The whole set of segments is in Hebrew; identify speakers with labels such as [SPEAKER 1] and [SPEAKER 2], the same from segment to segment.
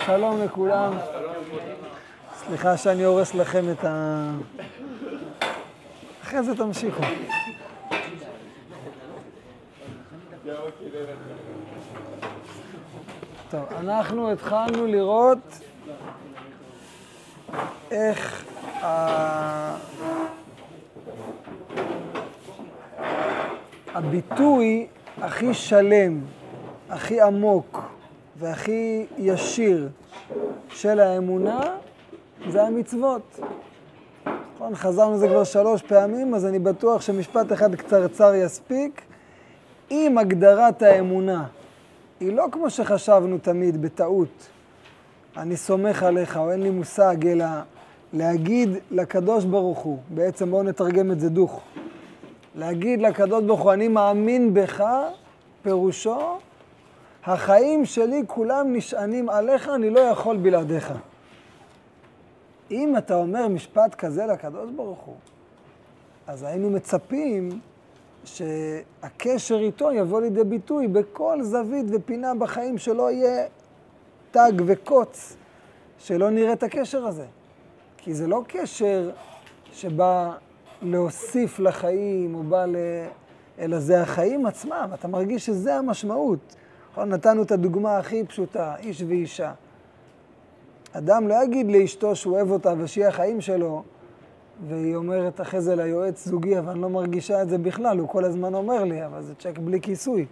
[SPEAKER 1] שלום לכולם. סליחה שאני הורס לכם את אחרי זה תמשיכו. טוב, אנחנו התחלנו לראות איך הביטוי הכי שלם, הכי עמוק והכי ישיר של האמונה זה המצוות. נכון, חזרנו זה כבר 3 פעמים, אז אני בטוח שמשפט אחד קצרצר יספיק. אם הגדרת האמונה היא לא כמו שחשבנו תמיד בטעות, אני סומך עליך או אין לי מושג, אלא להגיד לקדוש ברוך הוא, בעצם בואו נתרגם את זה דוך, להגיד לקדוש ברוך הוא אני מאמין בך, פירושו החיים שלי כולם נשענים עליך, אני לא יכול בלעדיך. אם אתה אומר משפט כזה לקדוש ברוך הוא, אז היינו מצפים שהקשר איתו יבוא לידי ביטוי בכל זווית ופינה בחיים, שלא יהיה תג וקוץ, שלא נראה את הקשר הזה. כי זה לא קשר שבא להוסיף לחיים או בא אלא זה החיים עצמם, אתה מרגיש שזה המשמעות. נתנו את הדוגמה הכי פשוטה, איש ואישה. אדם לא יגיד לאשתו שהוא אוהב אותה ושיהיה החיים שלו, והיא אומרת אחרי זה ליועץ זוגי, אבל אני לא מרגישה את זה בכלל, הוא כל הזמן אומר לי, אבל זה צ'ק בלי כיסוי.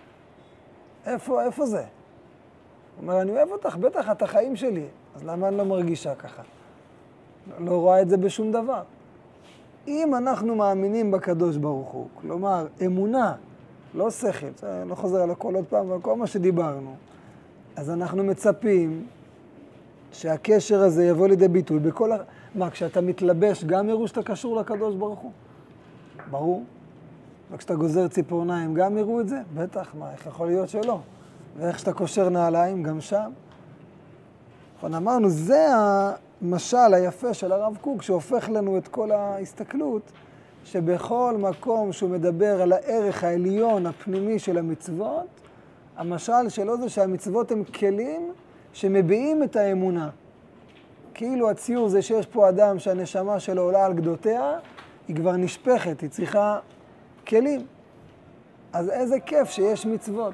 [SPEAKER 1] איפה זה? הוא אומר, אני אוהב אותך, בטח את החיים שלי, אז למה אני לא מרגישה ככה? לא רואה את זה בשום דבר. אם אנחנו מאמינים בקדוש ברוך הוא, כלומר אמונה, לא שכל, לא חוזר על הכל עוד פעם, אבל כל מה שדיברנו, אז אנחנו מצפים שהקשר הזה יבוא לידי ביטוי בכל מה, כשאתה מתלבש גם יראו שאתה קשור לקדוש ברוך הוא? ברור. וכשאתה גוזר ציפורניים גם יראו את זה? בטח, מה, איך יכול להיות שלא? ואיך שאתה קושר נעליים גם שם? נכון, אמרנו, זה המשל היפה של הרב קוק, שהופך לנו את כל ההסתכלות, שבכל מקום שהוא מדבר על הערך העליון הפנימי של המצוות, המשל שלו זה שהמצוות הם כלים שמביעים את האמונה. כאילו הציור זה שיש פה אדם שהנשמה שלו עולה על גדותיה, היא כבר נשפכת, היא צריכה כלים. אז איזה כיף שיש מצוות.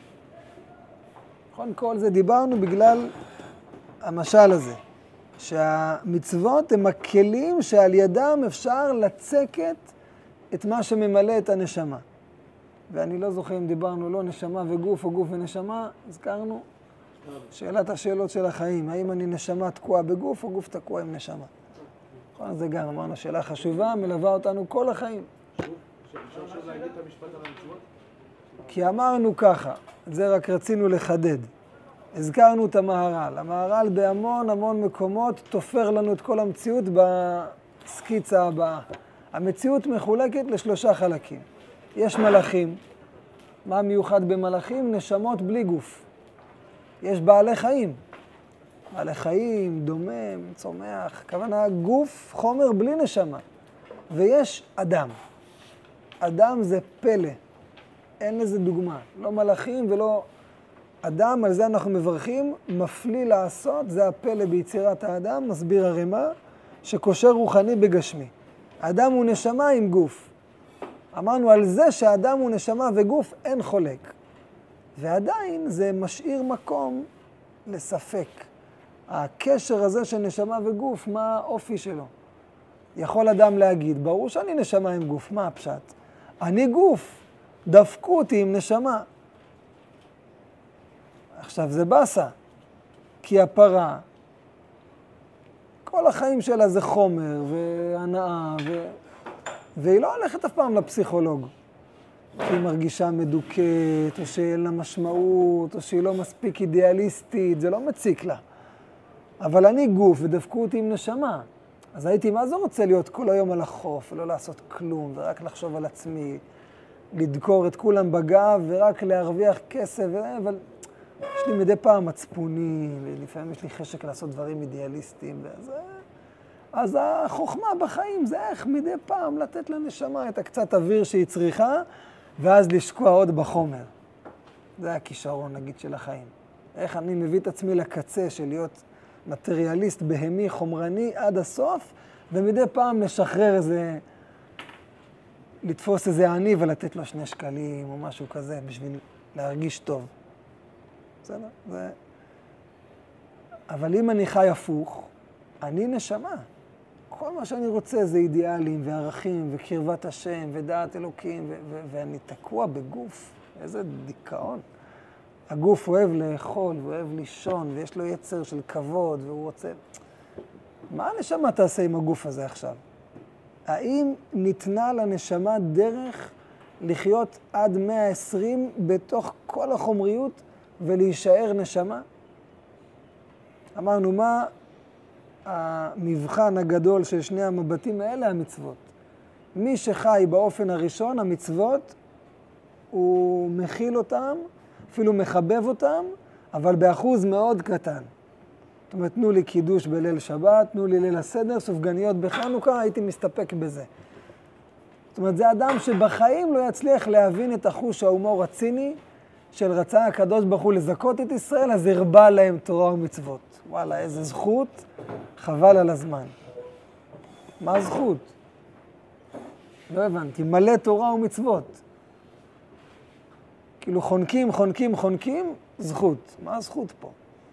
[SPEAKER 1] נכון, כל זה דיברנו בגלל המשל הזה, שהמצוות הם הכלים שעל ידם אפשר לצקת את מה שממלא את הנשמה. ואני לא זוכר אם דיברנו לא נשמה וגוף או גוף ונשמה, הזכרנו שאלת השאלות של החיים, האם אני נשמה תקועה בגוף או גוף תקוע עם נשמה. נכון, זה גם אמרנו שאלה חשובה, מלווה אותנו כל החיים.
[SPEAKER 2] אפשר להגיד את המשפט על המצוות?
[SPEAKER 1] כי אמרנו ככה, זה רק רצינו לחדד. הזכרנו את המהר"ל. המהר"ל בהמון המון מקומות תופר לנו את כל המציאות בסקיצה הבאה. המציאות מחולקת ל3 חלקים. יש מלאכים. מה מיוחד במלאכים? נשמות בלי גוף. יש בעלי חיים. בעלי חיים, דומם, צומח, כוונה גוף, חומר בלי נשמה. ויש אדם. אדם זה פלא. אין לזה דוגמה. לא מלאכים ולא אדם, על זה אנחנו מברכים, מפליא לעשות, זה הפלא ביצירת האדם, מסביר הרמ"א, שקושר רוחני בגשמי. האדם הוא נשמה עם גוף. אמרנו על זה שהאדם הוא נשמה וגוף אין חולק. ועדיין זה משאיר מקום לספק. הקשר הזה של נשמה וגוף, מה האופי שלו? יכול אדם להגיד, ברור שאני נשמה עם גוף, מה הפשט? אני גוף, דפקו אותי עם נשמה. עכשיו זה בסה, כי הפרה, כל החיים שלה זה חומר והנאה, והיא לא הולכת אף פעם לפסיכולוג. היא מרגישה מדוכאת, או שאין לה משמעות, או שהיא לא מספיק אידיאליסטית, זה לא מציק לה. אבל אני גוף ודפקו אותי עם נשמה. אז הייתי, מה זה רוצה להיות כל היום על החוף, ולא לעשות כלום, ורק לחשוב על עצמי, לדקור את כולם בגב, ורק להרוויח כסף, אבל יש לי מדי פעם מצפוני, ולפעמים יש לי חשק לעשות דברים אידיאליסטיים, אז החוכמה בחיים זה איך מדי פעם לתת לנשמה את הקצת אוויר שהיא צריכה, ואז לשקוע עוד בחומר. זה הכישרון, נגיד, של החיים. איך אני מביא את עצמי לקצה של להיות מטריאליסט, בהמי, חומרני עד הסוף, ומדי פעם לשחרר איזה, לתפוס איזה עני ולתת לו 2 שקלים או משהו כזה, בשביל להרגיש טוב. בסדר? זה... אבל אם אני חי הפוך, אני נשמה. כל מה שאני רוצה זה אידיאלים וערכים וקרבת השם ודעת אלוקים, ואני תקוע בגוף. איזה דיכאון. הגוף אוהב לאכול, הוא אוהב לישון, ויש לו יצר של כבוד, והוא רוצה... מה הנשמה תעשה עם הגוף הזה עכשיו? האם ניתנה לנשמה דרך לחיות עד 120 בתוך כל החומריות ולהישאר נשמה? אמרנו, מה המבחן הגדול של שני המבטים האלה? המצוות. מי שחי באופן הראשון, המצוות, הוא מכיל אותם, אפילו מחבב אותם, אבל באחוז מאוד קטן. זאת אומרת, תנו לי קידוש בליל שבת, תנו לי ליל הסדר, סופגניות בחנוכה, הייתי מסתפק בזה. זאת אומרת, זה אדם שבחיים לא יצליח להבין את החוש ההומור הציני, של רצה הקדוש ברוך הוא לזכות את ישראל, אז הרבה להם תורה ומצוות. וואלה, איזה זכות, חבל על הזמן. מה הזכות? לא הבנתי, מלא תורה ומצוות. כאילו חונקים, זכות. מה הזכות פה?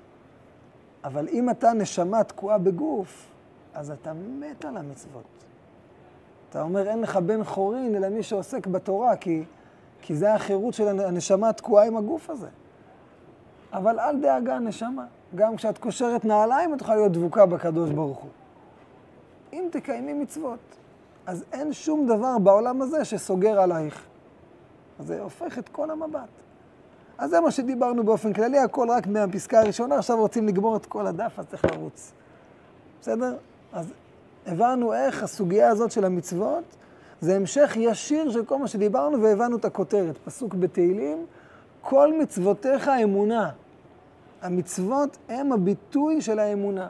[SPEAKER 1] אבל אם אתה נשמה תקועה בגוף, אז אתה מת על המצוות. אתה אומר, אין לך בן חורין אלא מי שעוסק בתורה, כי זה החירות של הנשמה התקועה עם הגוף הזה. אבל אל דאגה נשמה. גם כשאת קושרת נעליים, את יכולה להיות דבוקה בקדוש ברוך הוא. אם תקיימי מצוות, אז אין שום דבר בעולם הזה שסוגר עלייך. אז זה הופך את כל המבט. אז זה מה שדיברנו באופן כללי, הכל רק מהפסקה הראשונה, עכשיו רוצים לגמור את כל הדף, אז צריך לרוץ. בסדר? אז הבנו איך הסוגיה הזאת של המצוות, זה המשך ישיר של כל מה שדיברנו, והבנו את הכותרת. פסוק בתהילים, כל מצוותיך אמונה. המצוות הם הביטוי של האמונה.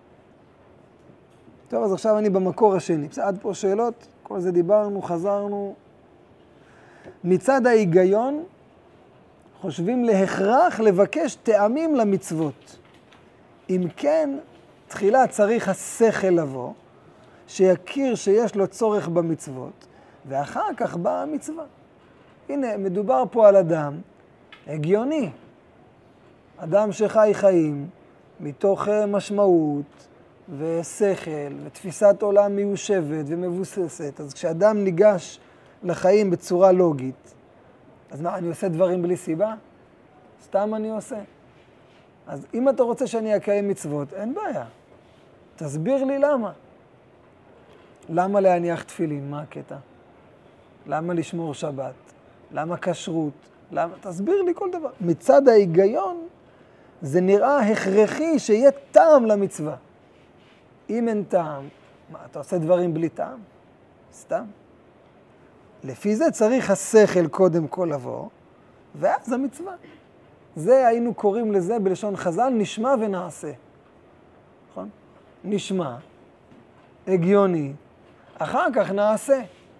[SPEAKER 1] טוב, אז עכשיו אני במקור השני. עד פה שאלות, כל זה דיברנו, חזרנו. מצד ההיגיון, חושבים להכרח לבקש טעמים למצוות. אם כן, תחילה צריך השכל לבוא, שיכיר שיש לו צורך במצוות, ואחר כך באה המצווה. הנה, מדובר פה על אדם הגיוני. אדם שחי חיים מתוך משמעות ושכל ותפיסת עולם מיושבת ומבוססת. אז כשאדם ניגש לחיים בצורה לוגית, אז מה, אני עושה דברים בלי סיבה? סתם אני עושה. אז אם אתה רוצה שאני אקיים מצוות, אין בעיה. תסביר לי למה. למה להניח תפילין? מה הקטע? למה לשמור שבת? למה כשרות? למה? תסביר לי כל דבר. מצד ההיגיון, זה נראה הכרחי שיהיה טעם למצווה. אם אין טעם, מה, אתה עושה דברים בלי טעם? סתם. לפי זה צריך השכל קודם כל לבוא, ואז המצווה. זה היינו קוראים לזה בלשון חז"ל, נשמע ונעשה. נכון? נשמע, הגיוני, אחר כך נעשה.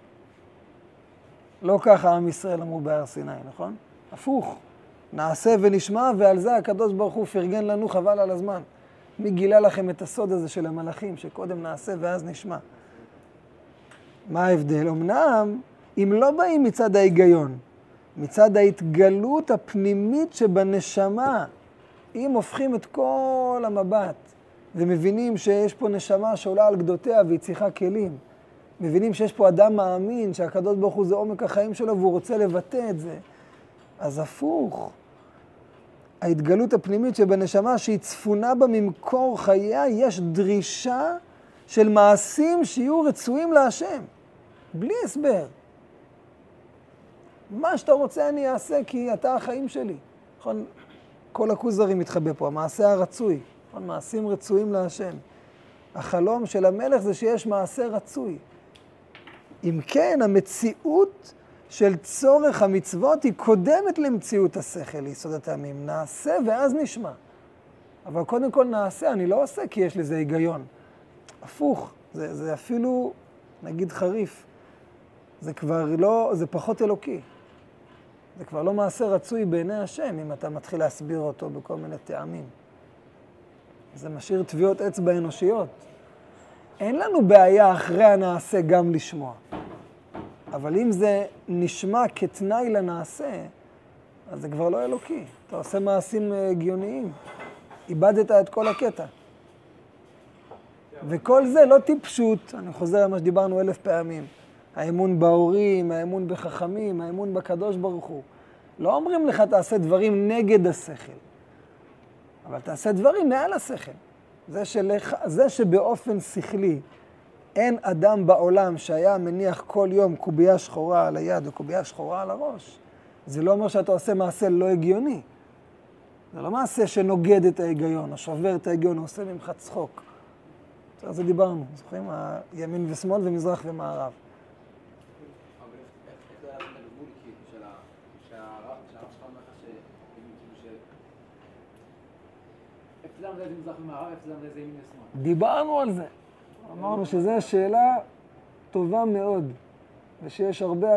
[SPEAKER 1] לא ככה עם ישראל אמרו בהר סיני, נכון? הפוך. נעשה ונשמע, ועל זה הקדוש ברוך הוא פרגן לנו, חבל על הזמן. מי גילה לכם את הסוד הזה של המלאכים, שקודם נעשה ואז נשמע? מה ההבדל? אמנם, אם לא באים מצד ההיגיון, מצד ההתגלות הפנימית שבנשמה, אם הופכים את כל המבט, ומבינים שיש פה נשמה שעולה על גדותיה והיא צריכה כלים, מבינים שיש פה אדם מאמין שהקדוש ברוך הוא זה עומק החיים שלו והוא רוצה לבטא את זה, אז הפוך. ההתגלות הפנימית שבנשמה שהיא צפונה בממקור חייה, יש דרישה של מעשים שיהיו רצויים להשם, בלי הסבר. מה שאתה רוצה אני אעשה כי אתה החיים שלי. נכון? כל הכוזרי מתחבא פה, המעשה הרצוי. נכון? מעשים רצויים להשם. החלום של המלך זה שיש מעשה רצוי. אם כן, המציאות של צורך המצוות היא קודמת למציאות השכל, יסוד הטעמים. נעשה ואז נשמע. אבל קודם כל נעשה, אני לא עושה כי יש לזה היגיון. הפוך, זה אפילו, נגיד חריף, זה כבר לא, זה פחות אלוקי. זה כבר לא מעשה רצוי בעיני השם, אם אתה מתחיל להסביר אותו בכל מיני טעמים. זה משאיר טביעות אצבע אנושיות. אין לנו בעיה אחרי הנעשה גם לשמוע. אבל אם זה נשמע כתנאי לנעשה, אז זה כבר לא אלוקי. אתה עושה מעשים הגיוניים. איבדת את כל הקטע. וכל זה לא טיפשות, אני חוזר על מה שדיברנו 1000 פעמים. האמון בהורים, האמון בחכמים, האמון בקדוש ברוך הוא. לא אומרים לך תעשה דברים נגד השכל, אבל תעשה דברים מעל השכל. זה שבאופן שכלי אין אדם בעולם שהיה מניח כל יום קובייה שחורה על היד או קובייה שחורה על הראש, זה לא אומר שאתה עושה מעשה לא הגיוני. זה לא מעשה שנוגד את ההיגיון, או שובר את ההיגיון, או עושה ממך צחוק. על זה דיברנו, זוכרים? ימין ושמאל ומזרח ומערב.
[SPEAKER 2] אבל איך זה היה בגבול שהרב שלך אומר לך איפה זה איזה מזרח ומערב, איפה זה איזה ימין ושמאל?
[SPEAKER 1] דיברנו על זה. אמרנו שזו שאלה טובה מאוד, ושיש הרבה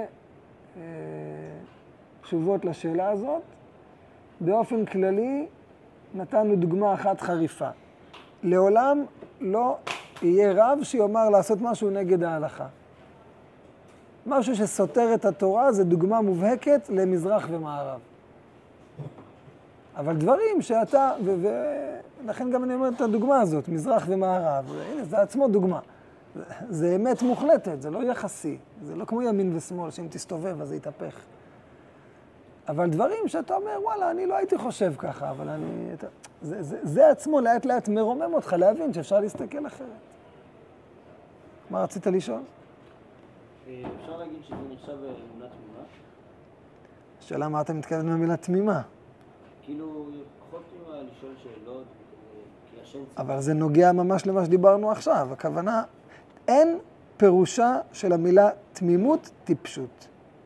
[SPEAKER 1] תשובות לשאלה הזאת. באופן כללי נתנו דוגמה אחת חריפה. לעולם לא יהיה רב שיאמר לעשות משהו נגד ההלכה. משהו שסותר את התורה זה דוגמה מובהקת למזרח ומערב. אבל דברים שאתה, ולכן גם אני אומר את הדוגמה הזאת, מזרח ומערב, הנה, זה עצמו דוגמה. זה אמת מוחלטת, זה לא יחסי. זה לא כמו ימין ושמאל, שאם תסתובב אז זה יתהפך. אבל דברים שאתה אומר, וואלה, אני לא הייתי חושב ככה, אבל זה עצמו לאט לאט מרומם אותך להבין שאפשר להסתכל אחרת. מה רצית לשאול?
[SPEAKER 3] אפשר להגיד שזה נחשב אמונה תמימה?
[SPEAKER 1] השאלה מה אתה מתכוון מהמילה תמימה?
[SPEAKER 3] כאילו, פחות תמימה לשאול שאלות, כי השם...
[SPEAKER 1] אבל זה נוגע ממש למה שדיברנו עכשיו. הכוונה, אין פירושה של המילה תמימות טיפשות.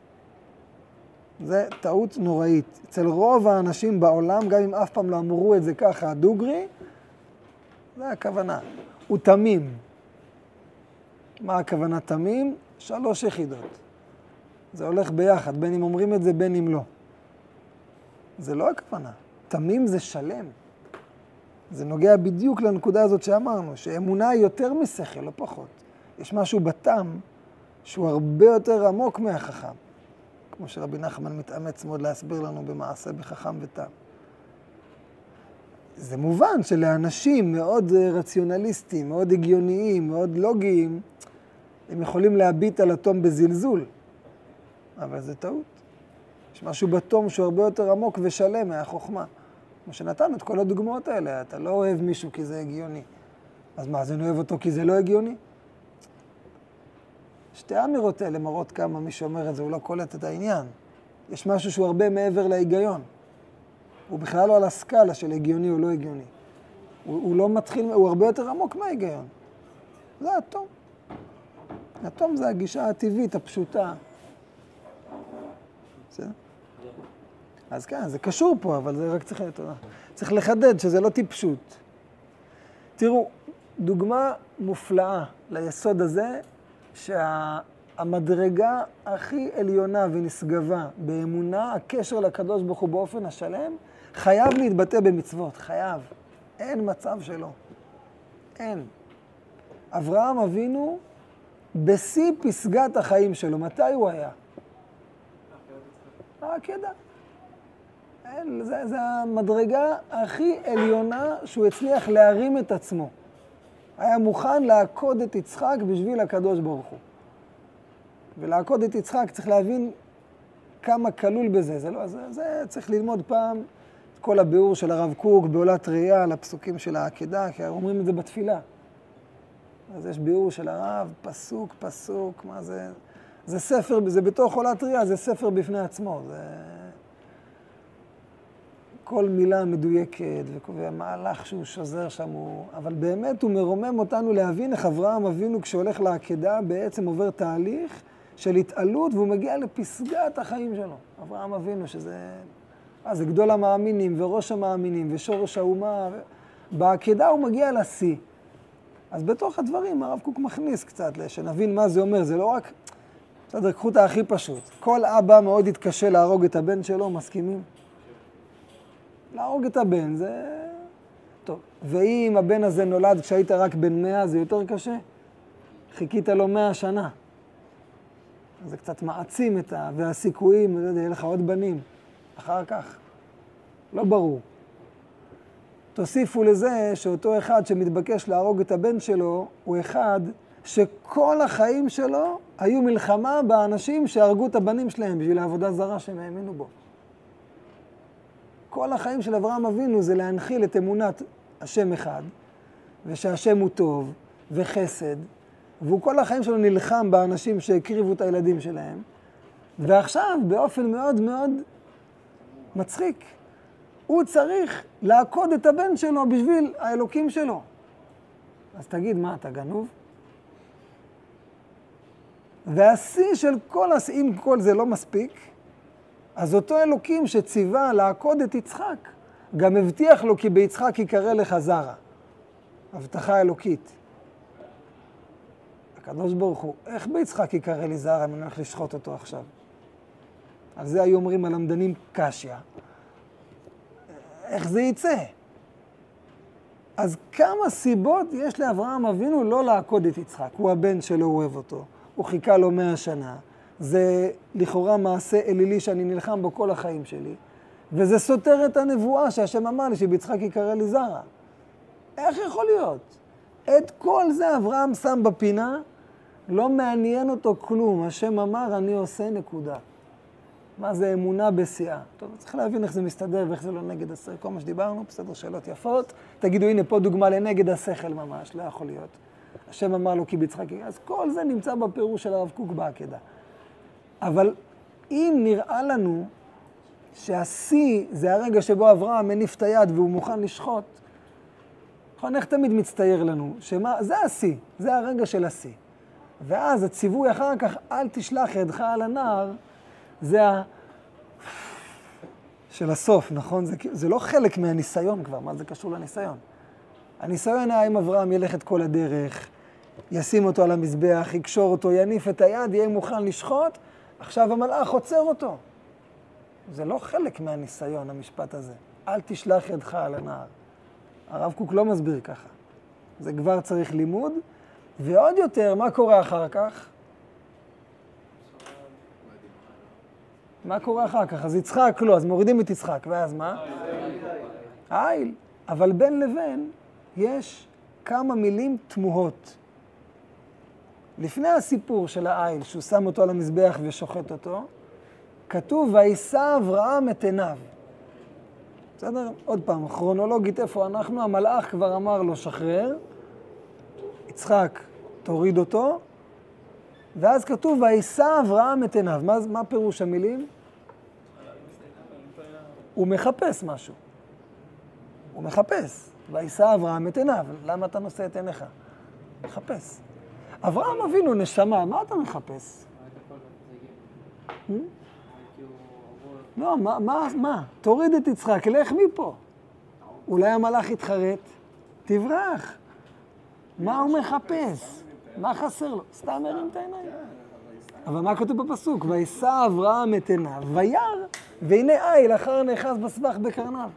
[SPEAKER 1] זה טעות נוראית. אצל רוב האנשים בעולם, גם אם אף פעם לא אמרו את זה ככה, דוגרי, זה הכוונה. הוא תמים. מה הכוונה תמים? 3 יחידות. זה הולך ביחד, בין אם אומרים את זה, בין אם לא. זה לא הכוונה. תמים זה שלם. זה נוגע בדיוק לנקודה הזאת שאמרנו, שאמונה היא יותר משכל, לא פחות. יש משהו בתם שהוא הרבה יותר עמוק מהחכם. כמו שרבי נחמן מתאמץ מאוד להסביר לנו במעשה בחכם ותם. זה מובן שלאנשים מאוד רציונליסטיים, מאוד הגיוניים, מאוד לוגיים, הם יכולים להביט על התום בזלזול. אבל זה טעות. יש משהו בתום שהוא הרבה יותר עמוק ושלם מהחוכמה. כמו שנתנו את כל הדוגמאות האלה, אתה לא אוהב מישהו כי זה הגיוני. אז מה, אז אני אוהב אותו כי זה לא הגיוני? שתי האמירות האלה מראות כמה מי שאומר את זה, הוא לא קולט את העניין. יש משהו שהוא הרבה מעבר להיגיון. הוא בכלל לא על הסקאלה של הגיוני או לא הגיוני. הוא לא מתחיל, הוא הרבה יותר עמוק מההיגיון. זה התום. התום זה הגישה הטבעית, הפשוטה. בסדר? אז כן, זה קשור פה, אבל זה רק צריך לחדד שזה לא טיפשות. תראו, דוגמה מופלאה ליסוד הזה, שהמדרגה הכי עליונה ונשגבה באמונה, הקשר לקדוש ברוך הוא באופן השלם, חייב להתבטא במצוות, חייב. אין מצב שלו. אין. אברהם אבינו, בשיא פסגת החיים שלו, מתי הוא היה? העקדה. זה המדרגה הכי עליונה שהוא הצליח להרים את עצמו. היה מוכן לעקוד את יצחק בשביל הקדוש ברוך הוא. ולעקוד את יצחק צריך להבין כמה כלול בזה. זה צריך ללמוד פעם את כל הביאור של הרב קוק בעולת ראייה על הפסוקים של העקדה, כי אומרים את זה בתפילה. אז יש ביאור של הרב, פסוק, מה זה? זה ספר, זה בתוך עולת ראייה, זה ספר בפני עצמו. זה... כל מילה מדויקת והמהלך שהוא שוזר שם הוא... אבל באמת הוא מרומם אותנו להבין איך אברהם אבינו כשהולך לעקדה בעצם עובר תהליך של התעלות והוא מגיע לפסגת החיים שלו. אברהם אבינו שזה... זה גדול המאמינים וראש המאמינים ושורש האומה. בעקדה הוא מגיע לשיא. אז בתוך הדברים הרב קוק מכניס קצת שנבין מה זה אומר. זה לא רק... בסדר, קחו את הכי פשוט. כל אבא מאוד יתקשה להרוג את הבן שלו, מסכימים? להרוג את הבן זה... טוב, ואם הבן הזה נולד כשהיית רק בן 100, זה יותר קשה? חיכית לו 100 שנה. זה קצת מעצים את והסיכויים, לא יודע, יהיה לך עוד בנים. אחר כך. לא ברור. תוסיפו לזה שאותו אחד שמתבקש להרוג את הבן שלו, הוא אחד שכל החיים שלו היו מלחמה באנשים שהרגו את הבנים שלהם בשביל העבודה זרה שהם האמינו בו. כל החיים של אברהם אבינו זה להנחיל את אמונת השם אחד, ושהשם הוא טוב וחסד, והוא כל החיים שלו נלחם באנשים שהקריבו את הילדים שלהם, ועכשיו באופן מאוד מאוד מצחיק, הוא צריך לעקוד את הבן שלו בשביל האלוקים שלו. אז תגיד, מה, אתה גנוב? והשיא של אם כל זה לא מספיק, אז אותו אלוקים שציווה לעקוד את יצחק, גם הבטיח לו כי ביצחק יקרא לך זרע. הבטחה אלוקית. הקדוש ברוך הוא, איך ביצחק יקרא לי זרע אם אני הולך לשחוט אותו עכשיו? על זה היו אומרים הלמדנים קשיא. איך זה יצא? אז כמה סיבות יש לאברהם אבינו לא לעקוד את יצחק? הוא הבן שלו, הוא אוהב אותו. הוא חיכה לו 100 שנה. זה לכאורה מעשה אלילי שאני נלחם בו כל החיים שלי. וזה סותר את הנבואה שהשם אמר לי שביצחק יקרא לי זרע. איך יכול להיות? את כל זה אברהם שם בפינה, לא מעניין אותו כלום. השם אמר, אני עושה נקודה. מה זה אמונה בשיאה? טוב, צריך להבין איך זה מסתדר ואיך זה לא נגד השכל. כל מה שדיברנו, בסדר, שאלות יפות. תגידו, הנה פה דוגמה לנגד השכל ממש, לא יכול להיות. השם אמר לו כי ביצחק, אז כל זה נמצא בפירוש של הרב קוק בעקדה. אבל אם נראה לנו שהשיא זה הרגע שבו אברהם מניף את היד והוא מוכן לשחוט, נכון, איך תמיד מצטייר לנו? זה השיא, זה הרגע של השיא. ואז הציווי אחר כך, אל תשלח ידך על הנער, זה של הסוף, נכון? זה לא חלק מהניסיון כבר, מה זה קשור לניסיון? הניסיון היה אם אברהם ילך את כל הדרך, ישים אותו על המזבח, יקשור אותו, יניף את היד, יהיה מוכן לשחוט, עכשיו המלאך עוצר אותו. זה לא חלק מהניסיון, המשפט הזה. אל תשלח ידך על הנער. הרב קוק לא מסביר ככה. זה כבר צריך לימוד, ועוד יותר, מה קורה אחר כך? מה קורה אחר כך? אז יצחק לא, אז מורידים את יצחק, ואז מה? העיל. אבל בין לבין יש כמה מילים תמוהות. לפני הסיפור של העיל, שהוא שם אותו על המזבח ושוחט אותו, כתוב, וישא אברהם את עיניו. בסדר? עוד פעם, כרונולוגית איפה אנחנו? המלאך כבר אמר לו שחרר, יצחק תוריד אותו, ואז כתוב, וישא אברהם את עיניו. מה פירוש המילים? הוא מחפש משהו. הוא מחפש. וישא אברהם את עיניו. למה אתה נושא את עיניך? מחפש. אברהם אבינו נשמה, מה אתה מחפש? לא, מה? תוריד את יצחק, לך מפה. אולי המלאך יתחרט, תברח. מה הוא מחפש? מה חסר לו? סתם הרים את העיניים. אבל מה כתוב בפסוק? וישא אברהם את עיניו, וירא, והנה עיל אחר נאחז בסבך בקרניו.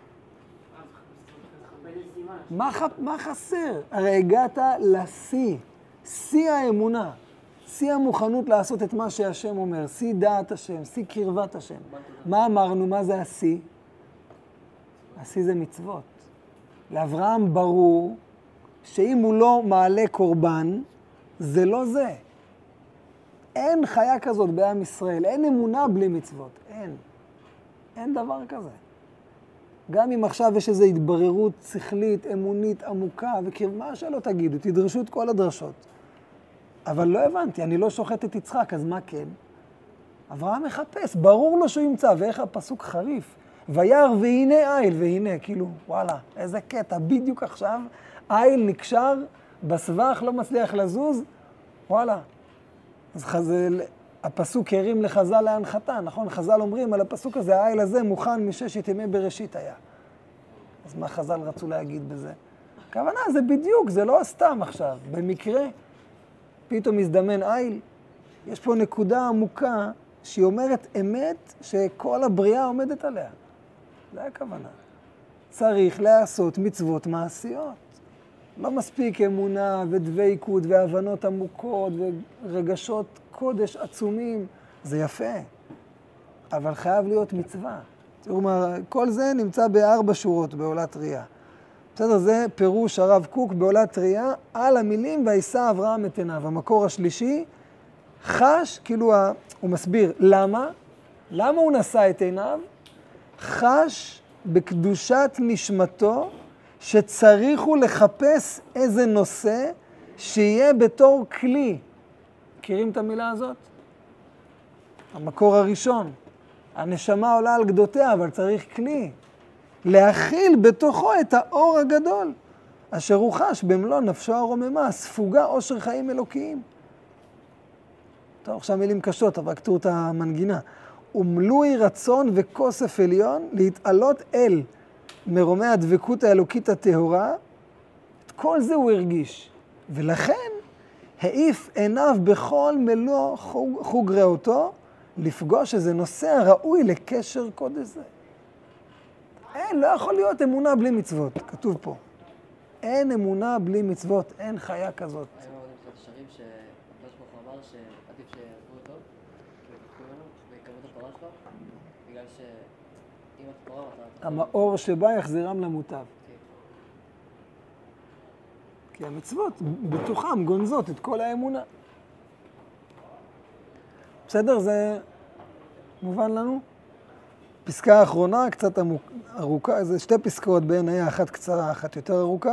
[SPEAKER 1] מה חסר? הרי הגעת לשיא, שיא האמונה, שיא המוכנות לעשות את מה שהשם אומר, שיא דעת השם, שיא קרבת השם. מה אמרנו? מה זה השיא? השיא זה מצוות. לאברהם ברור שאם הוא לא מעלה קורבן, זה לא זה. אין חיה כזאת בעם ישראל, אין אמונה בלי מצוות, אין דבר כזה. גם אם עכשיו יש איזו התבררות שכלית, אמונית, עמוקה, ומה שלא תגידו, תדרשו את כל הדרשות. אבל לא הבנתי, אני לא שוחט את יצחק, אז מה כן? אברהם מחפש, ברור לו שהוא ימצא, ואיך הפסוק חריף. וירא והנה עיל, והנה, כאילו, וואלה, איזה קטע, בדיוק עכשיו, עיל נקשר, בסבך לא מצליח לזוז, וואלה. אז הפסוק הרים לחז"ל להנחתה, נכון? חז"ל אומרים על הפסוק הזה, העיל הזה מוכן מששת ימי בראשית היה. אז מה חז"ל רצו להגיד בזה? הכוונה, זה בדיוק, זה לא סתם עכשיו. במקרה, פתאום מזדמן עיל. יש פה נקודה עמוקה שהיא אומרת אמת שכל הבריאה עומדת עליה. זה הכוונה. צריך לעשות מצוות מעשיות. לא מספיק אמונה ודבקות והבנות עמוקות ורגשות קודש עצומים. זה יפה, אבל חייב להיות מצווה. תראו מה, כל זה נמצא ב4 שורות בעולת ראייה. בסדר, זה פירוש הרב קוק בעולת ראייה על המילים וישא אברהם את עיניו. המקור השלישי חש, כאילו הוא מסביר למה הוא נשא את עיניו, חש בקדושת נשמתו שצריכו לחפש איזה נושא שיהיה בתור כלי. מכירים את המילה הזאת? המקור הראשון. הנשמה עולה על גדותיה, אבל צריך כלי. להכיל בתוכו את האור הגדול, אשר הוא חש במלוא נפשו הרוממה, ספוגה אושר חיים אלוקיים. טוב, עכשיו מילים קשות, אבל כתוב את המנגינה. ומלואי רצון וכוסף עליון להתעלות אל מרומי הדבקות האלוקית הטהורה, את כל זה הוא הרגיש. ולכן העיף עיניו בכל מלוא חוג ראותו, לפגוש איזה נושא הראוי לקשר קודש זה. אין, לא יכול להיות אמונה בלי מצוות, כתוב פה. אין אמונה בלי מצוות, אין חיה כזאת.
[SPEAKER 4] היום עובדים קצת שרים שהקדוש ברוך הוא אמר שעדיף שיעזבו אותו, ויקרבו את התורה שלו, בגלל שאם התורה אתה...
[SPEAKER 1] המאור שבא יחזירם למוטב. כי המצוות בתוכם גונזות את כל האמונה. בסדר? זה מובן לנו? פסקה האחרונה, קצת ארוכה, זה 2 פסקאות בעיניי, אחת קצרה, אחת יותר ארוכה.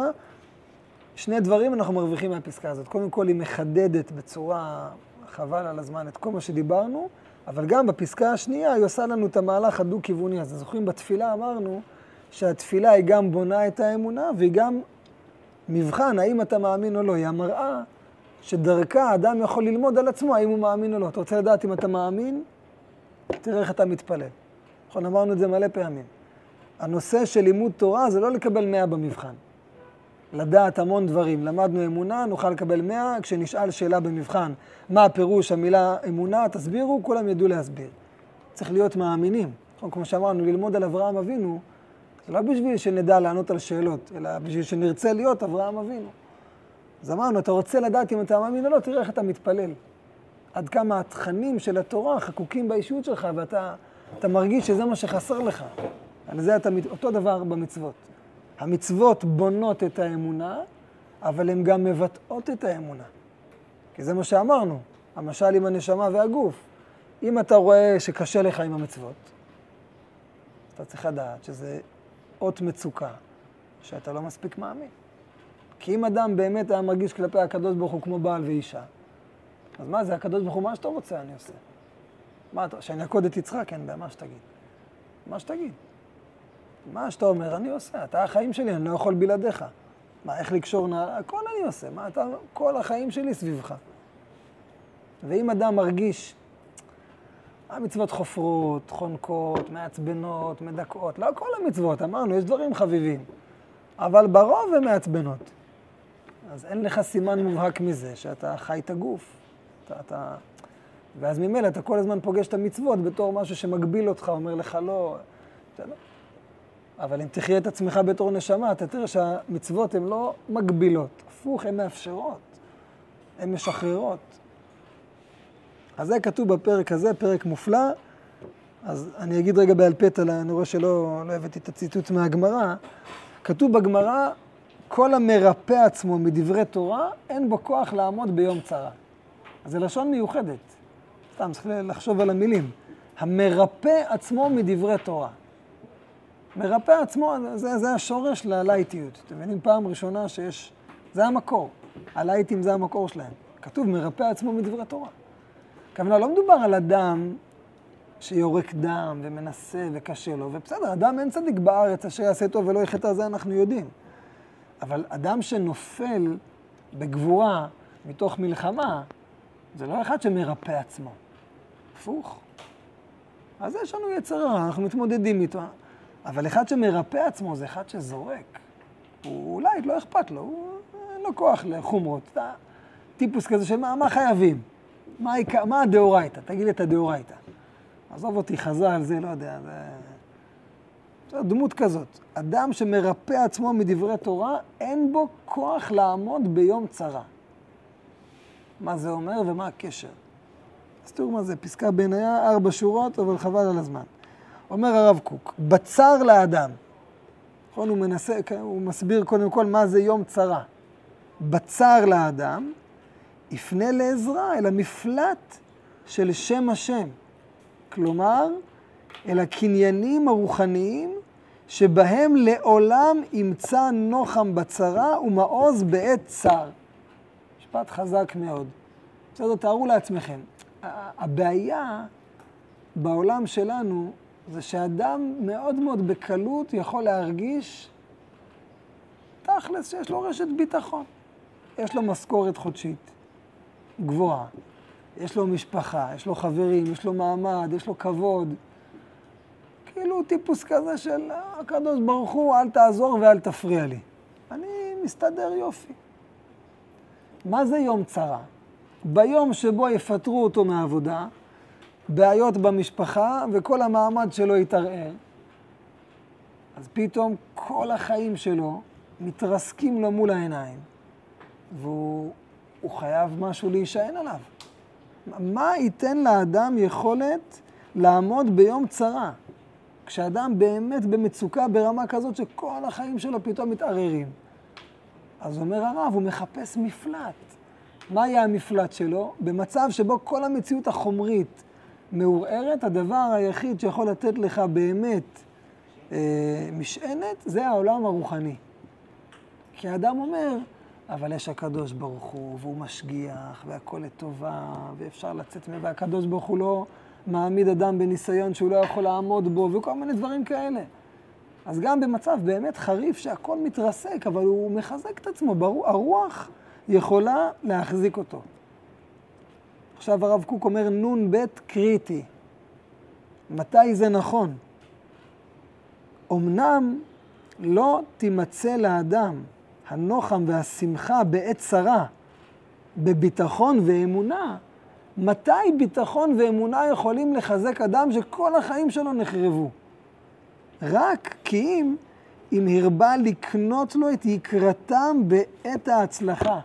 [SPEAKER 1] 2 דברים אנחנו מרוויחים מהפסקה הזאת. קודם כל היא מחדדת בצורה חבל על הזמן את כל מה שדיברנו, אבל גם בפסקה השנייה היא עושה לנו את המהלך הדו-כיווני. אז זוכרים, בתפילה אמרנו שהתפילה היא גם בונה את האמונה, והיא גם מבחן האם אתה מאמין או לא. היא המראה שדרכה האדם יכול ללמוד על עצמו האם הוא מאמין או לא. אתה רוצה לדעת אם אתה מאמין? תראה איך אתה מתפלל. נכון, אמרנו את זה מלא פעמים. הנושא של לימוד תורה זה לא לקבל 100 במבחן. לדעת המון דברים. למדנו אמונה, נוכל לקבל 100, כשנשאל שאלה במבחן, מה הפירוש המילה אמונה, תסבירו, כולם ידעו להסביר. צריך להיות מאמינים. נכון, כמו שאמרנו, ללמוד על אברהם אבינו, זה לא בשביל שנדע לענות על שאלות, אלא בשביל שנרצה להיות אברהם אבינו. אז אמרנו, אתה רוצה לדעת אם אתה מאמין או לא, תראה איך אתה מתפלל. עד כמה התכנים של התורה חקוקים באישיות שלך, ואתה מרגיש שזה מה שחסר לך. על זה אותו דבר במצוות. המצוות בונות את האמונה, אבל הן גם מבטאות את האמונה. כי זה מה שאמרנו, המשל עם הנשמה והגוף. אם אתה רואה שקשה לך עם המצוות, אתה צריך לדעת שזה אות מצוקה, שאתה לא מספיק מאמין. כי אם אדם באמת היה מרגיש כלפי הקדוש ברוך הוא כמו בעל ואישה, אז מה זה, הקדוש ברוך הוא, מה שאתה רוצה אני עושה. מה אתה, שאני אקוד את יצחק, אין בה, מה שתגיד. מה שתגיד. מה שאתה אומר, אני עושה. אתה החיים שלי, אני לא יכול בלעדיך. מה, איך לקשור נעל? הכל אני עושה. מה, אתה, כל החיים שלי סביבך. ואם אדם מרגיש, המצוות חופרות, חונקות, מעצבנות, מדכאות, לא כל המצוות, אמרנו, יש דברים חביבים. אבל ברוב הן מעצבנות. אז אין לך סימן מובהק מזה, שאתה חי את הגוף. ואז ממילא אתה כל הזמן פוגש את המצוות בתור משהו שמגביל אותך, אומר לך לא. אבל אם תחיה את עצמך בתור נשמה, אתה תראה שהמצוות הן לא מגבילות. הפוך, הן מאפשרות. הן משחררות. אז זה כתוב בפרק הזה, פרק מופלא. אז אני אגיד רגע בעל פה, אני רואה שלא הבאתי את הציטוט מהגמרא. כתוב בגמרא, כל המרפא עצמו מדברי תורה, אין בו כוח לעמוד ביום צרה. אז זה לשון מיוחדת. סתם, צריך לחשוב על המילים. המרפא עצמו מדברי תורה. מרפא עצמו, זה השורש ללייטיות. אתם מבינים, פעם ראשונה שיש, זה המקור. הלייטים זה המקור שלהם. כתוב, מרפא עצמו מדברי תורה. כמובן, לא מדובר על אדם שיורק דם ומנסה וקשה לו, ובסדר, אדם אין צדיק בארץ אשר יעשה טוב ולא יחטא, זה אנחנו יודעים. אבל אדם שנופל בגבורה מתוך מלחמה, זה לא אחד שמרפא עצמו. הפוך. אז יש לנו יצר רע, אנחנו מתמודדים איתו. אבל אחד שמרפא עצמו זה אחד שזורק. הוא אולי לא אכפת לו, אין לו כוח לחומרות. טיפוס כזה שמה חייבים? מה הדאורייתא? תגיד את הדאורייתא. עזוב אותי, חז"ל, זה לא יודע, זה דמות כזאת. אדם שמרפא עצמו מדברי תורה, אין בו כוח לעמוד ביום צרה. מה זה אומר ומה הקשר? אז תראו מה זה, פסקה בעינייה, 4 שורות, אבל חבל על הזמן. אומר הרב קוק, בצר לאדם. נכון, הוא מסביר קודם כל מה זה יום צרה. בצר לאדם, יפנה לעזרה אל המפלט של שם השם. כלומר, אל הקניינים הרוחניים שבהם לעולם ימצא נוחם בצרה ומעוז בעת צר. משפט חזק מאוד. בסדר, תארו לעצמכם. הבעיה בעולם שלנו זה שאדם מאוד מאוד בקלות יכול להרגיש תכלס שיש לו רשת ביטחון. יש לו משכורת חודשית גבוהה, יש לו משפחה, יש לו חברים, יש לו מעמד, יש לו כבוד. כאילו טיפוס כזה של הקדוש ברוך הוא, אל תעזור ואל תפריע לי. אני מסתדר יופי. מה זה יום צרה? ביום שבו יפטרו אותו מהעבודה, בעיות במשפחה וכל המעמד שלו יתערער, אז פתאום כל החיים שלו מתרסקים לו מול העיניים, והוא חייב משהו להישען עליו. מה ייתן לאדם יכולת לעמוד ביום צרה? כשאדם באמת במצוקה ברמה כזאת שכל החיים שלו פתאום מתערערים. אז אומר הרב, הוא מחפש מפלט. מה יהיה המפלט שלו? במצב שבו כל המציאות החומרית מעורערת, הדבר היחיד שיכול לתת לך באמת משענת, זה העולם הרוחני. כי האדם אומר, אבל יש הקדוש ברוך הוא, והוא משגיח, והכל לטובה, ואפשר לצאת ממנו, והקדוש ברוך הוא לא מעמיד אדם בניסיון שהוא לא יכול לעמוד בו, וכל מיני דברים כאלה. אז גם במצב באמת חריף שהכל מתרסק, אבל הוא מחזק את עצמו, הרוח יכולה להחזיק אותו. עכשיו הרב קוק אומר נון בית קריטי. מתי זה נכון? אמנם לא תימצא לאדם הנוחם והשמחה בעת צרה, בביטחון ואמונה. מתי ביטחון ואמונה יכולים לחזק אדם שכל החיים שלו נחרבו? רק כי אם הרבה לקנות לו את יקרתם בעת ההצלחה.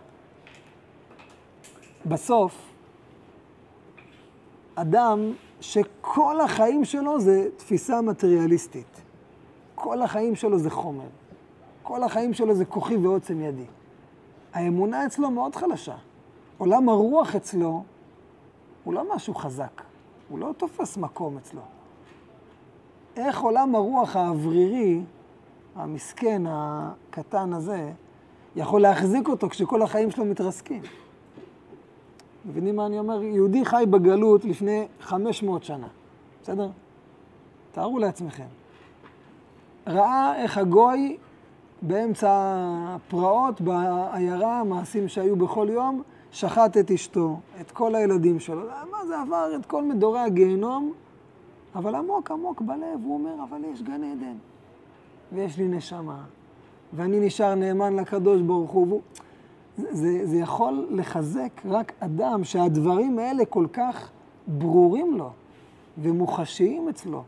[SPEAKER 1] בסוף, אדם שכל החיים שלו זה תפיסה מטריאליסטית. כל החיים שלו זה חומר. כל החיים שלו זה כוחי ועוצם ידי. האמונה אצלו מאוד חלשה. עולם הרוח אצלו הוא לא משהו חזק. הוא לא תופס מקום אצלו. איך עולם הרוח האוורירי, המסכן, הקטן הזה, יכול להחזיק אותו כשכל החיים שלו מתרסקים? מבינים מה אני אומר? יהודי חי בגלות לפני 500 שנה. בסדר? תארו לעצמכם. ראה איך הגוי באמצע הפרעות בעיירה, מעשים שהיו בכל יום, שחט את אשתו, את כל הילדים שלו. מה זה עבר? את כל מדורי הגיהנום. אבל עמוק עמוק בלב הוא אומר, אבל יש גן עדן. ויש לי נשמה. ואני נשאר נאמן לקדוש ברוך הוא. זה יכול לחזק רק אדם שהדברים האלה כל כך ברורים לו ומוחשיים אצלו.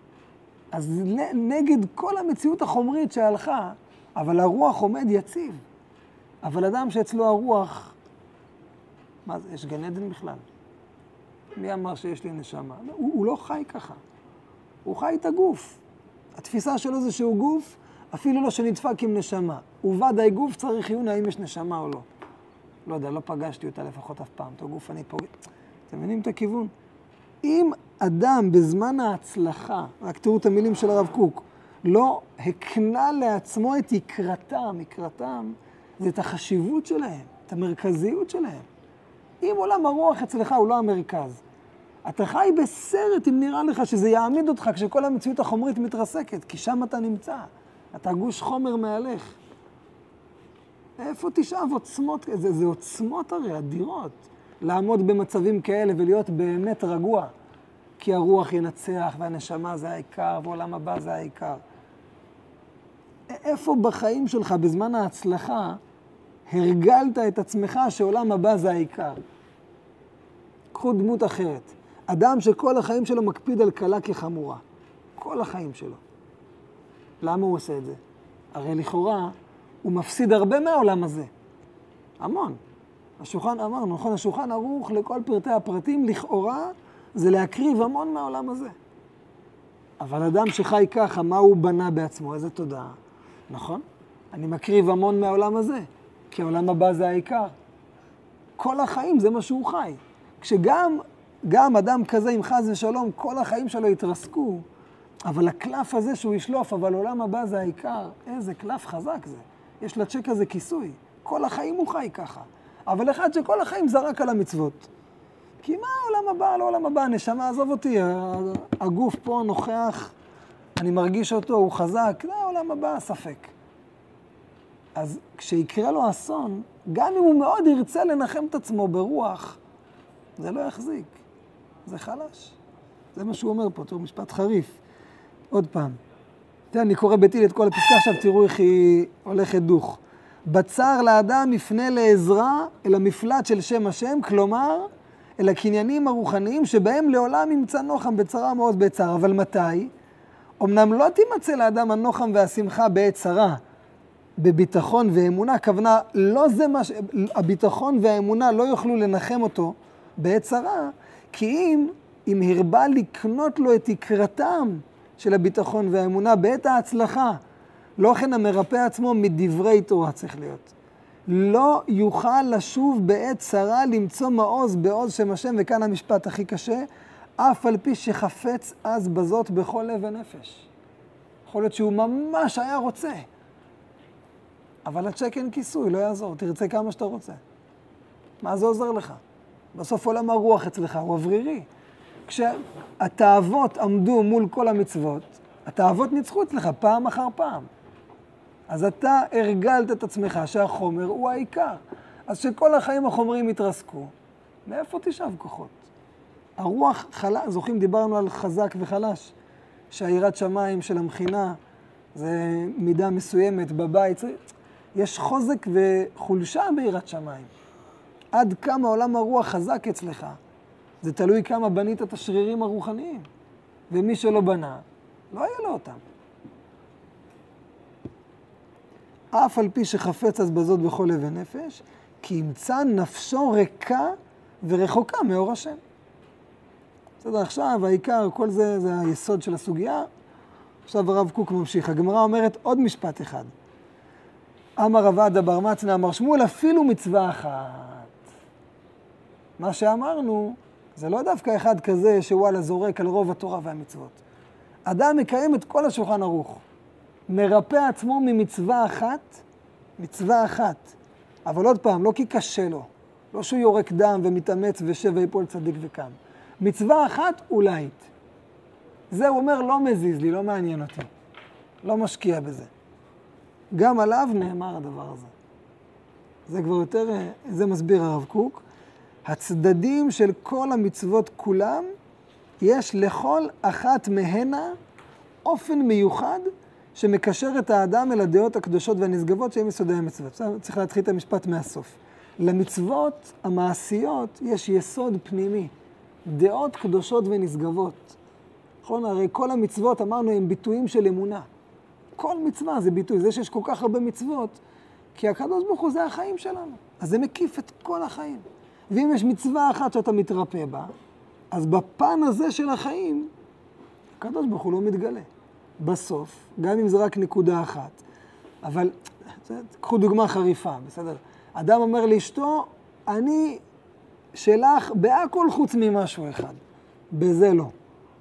[SPEAKER 1] אז נגד כל המציאות החומרית שהלכה, אבל הרוח עומד יציב. אבל אדם שאצלו הרוח, מה זה, יש גן עדן בכלל? מי אמר שיש לי נשמה? הוא לא חי ככה. הוא חי את הגוף. התפיסה שלו זה שהוא גוף, אפילו לא שנדפק עם נשמה. ובוודאי גוף צריך עיון האם יש נשמה או לא. לא יודע, לא פגשתי אותה לפחות אף פעם. אותו גוף אני פוגש. אתם מבינים את הכיוון? אם אדם בזמן ההצלחה, רק תראו את המילים של הרב קוק, לא הקנה לעצמו את יקרתם זה את החשיבות שלהם, את המרכזיות שלהם. אם עולם הרוח אצלך הוא לא המרכז, אתה חי בסרט אם נראה לך שזה יעמיד אותך כשכל המציאות החומרית מתרסקת, כי שם אתה נמצא. אתה גוש חומר מהלך. איפה תשאב עוצמות? זה עוצמות הרי, אדירות. לעמוד במצבים כאלה ולהיות באמת רגוע. כי הרוח ינצח והנשמה זה העיקר ועולם הבא זה העיקר. איפה בחיים שלך בזמן ההצלחה הרגלת את עצמך שעולם הבא זה העיקר? קחו דמות אחרת. אדם שכל החיים שלו מקפיד על קלה כחמורה. כל החיים שלו. למה הוא עושה את זה? הרי לכאורה הוא מפסיד הרבה מהעולם הזה. המון. השולחן, אמרנו, נכון, השולחן ערוך לכל פרטי הפרטים, לכאורה זה להקריב המון מהעולם הזה. אבל אדם שחי ככה, מה הוא בנה בעצמו? איזה תודעה. נכון? אני מקריב המון מהעולם הזה, כי העולם הבא זה העיקר. כל החיים זה מה שהוא חי. כשגם אדם כזה עם חס ושלום, כל החיים שלו יתרסקו, אבל הקלף הזה שהוא ישלוף, אבל עולם הבא זה העיקר, איזה קלף חזק זה. יש לצ'ק הזה כיסוי. כל החיים הוא חי ככה. אבל אחד שכל החיים זרק על המצוות. כי מה העולם הבא, לא עולם הבא, נשמה, עזוב אותי, הגוף פה נוכח, אני מרגיש אותו, הוא חזק, לא, העולם הבא, ספק. אז כשיקרה לו אסון, גם אם הוא מאוד ירצה לנחם את עצמו ברוח, זה לא יחזיק, זה חלש. זה מה שהוא אומר פה, תראו, משפט חריף. עוד פעם. תראה, אני קורא בתהילים את כל הפסקה, עכשיו תראו איך היא הולכת דוך. בצר לאדם יפנה לעזרה אל המפלט של שם השם, כלומר, אל הקניינים הרוחניים שבהם לעולם ימצא נוחם בצרה מאוד בצר. אבל מתי? אמנם לא תימצא לאדם הנוחם והשמחה בעת צרה, בביטחון ואמונה, הכוונה, לא זה מה הביטחון והאמונה לא יוכלו לנחם אותו בעת צרה, כי אם הרבה לקנות לו את יקרתם של הביטחון והאמונה בעת ההצלחה, לא כן המרפא עצמו מדברי תורה צריך להיות. לא יוכל לשוב בעת צרה למצוא מעוז בעוז שם השם, וכאן המשפט הכי קשה, אף על פי שחפץ אז בזאת בכל לב ונפש. יכול להיות שהוא ממש היה רוצה. אבל הצ'ק אין כיסוי, לא יעזור, תרצה כמה שאתה רוצה. מה זה עוזר לך? בסוף עולם הרוח אצלך הוא אוורירי. כשהתאוות עמדו מול כל המצוות, התאוות ניצחו אצלך פעם אחר פעם. אז אתה הרגלת את עצמך שהחומר הוא העיקר. אז שכל החיים החומרים התרסקו, מאיפה תשאב כוחות? הרוח חלש, זוכרים, דיברנו על חזק וחלש, שהיראת שמיים של המכינה זה מידה מסוימת בבית. יש חוזק וחולשה ביראת שמיים. עד כמה עולם הרוח חזק אצלך. זה תלוי כמה בנית את השרירים הרוחניים. ומי שלא בנה, לא היה לו אותם. אף על פי שחפץ אז בזאת בכל לב ונפש, כי ימצא נפשו ריקה ורחוקה מאור השם. בסדר, עכשיו העיקר, כל זה, זה היסוד של הסוגיה. עכשיו הרב קוק ממשיך. הגמרא אומרת עוד משפט אחד. אמר רב עדה בר מצנע, אמר שמואל, אפילו מצווה אחת. מה שאמרנו, זה לא דווקא אחד כזה שוואלה זורק על רוב התורה והמצוות. אדם מקיים את כל השולחן ערוך. מרפא עצמו ממצווה אחת, מצווה אחת. אבל עוד פעם, לא כי קשה לו. לא שהוא יורק דם ומתאמץ ושב ויפול צדיק וקם. מצווה אחת אולי. זה הוא אומר, לא מזיז לי, לא מעניין אותי. לא משקיע בזה. גם עליו נאמר הדבר הזה. זה כבר יותר, זה מסביר הרב קוק. הצדדים של כל המצוות כולם, יש לכל אחת מהנה אופן מיוחד שמקשר את האדם אל הדעות הקדושות והנשגבות שהם יסודי המצוות. צריך להתחיל את המשפט מהסוף. למצוות המעשיות יש יסוד פנימי, דעות קדושות ונשגבות. נכון? הרי כל המצוות אמרנו הם ביטויים של אמונה. כל מצווה זה ביטוי, זה שיש כל כך הרבה מצוות, כי הקדוש ברוך הוא זה החיים שלנו. אז זה מקיף את כל החיים. ואם יש מצווה אחת שאתה מתרפא בה, אז בפן הזה של החיים, הקדוש ברוך הוא לא מתגלה. בסוף, גם אם זה רק נקודה אחת. אבל, קחו דוגמה חריפה, בסדר? אדם אומר לאשתו, אני שלך בהכל חוץ ממשהו אחד. בזה לא.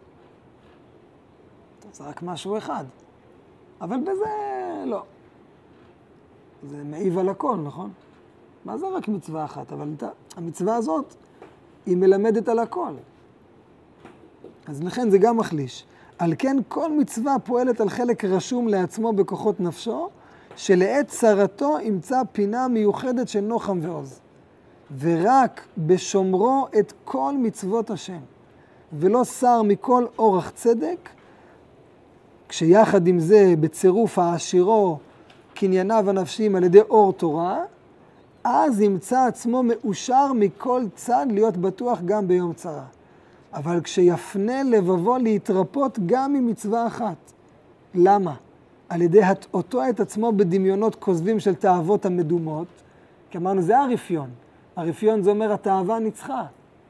[SPEAKER 1] זה רק משהו אחד. אבל בזה לא. זה מעיב על הכל, נכון? מה זה רק מצווה אחת? אבל המצווה הזאת היא מלמדת על הכל. אז לכן זה גם מחליש. על כן כל מצווה פועלת על חלק רשום לעצמו בכוחות נפשו, שלעת צרתו ימצא פינה מיוחדת של נוחם ועוז. ורק בשומרו את כל מצוות השם, ולא שר מכל אורח צדק, כשיחד עם זה בצירוף העשירו קנייניו הנפשיים על ידי אור תורה, אז ימצא עצמו מאושר מכל צד להיות בטוח גם ביום צרה. אבל כשיפנה לבבו להתרפות גם ממצווה אחת. למה? על ידי הטעותו את עצמו בדמיונות כוזבים של תאוות המדומות, כי אמרנו, זה הרפיון. הרפיון זה אומר, התאווה ניצחה.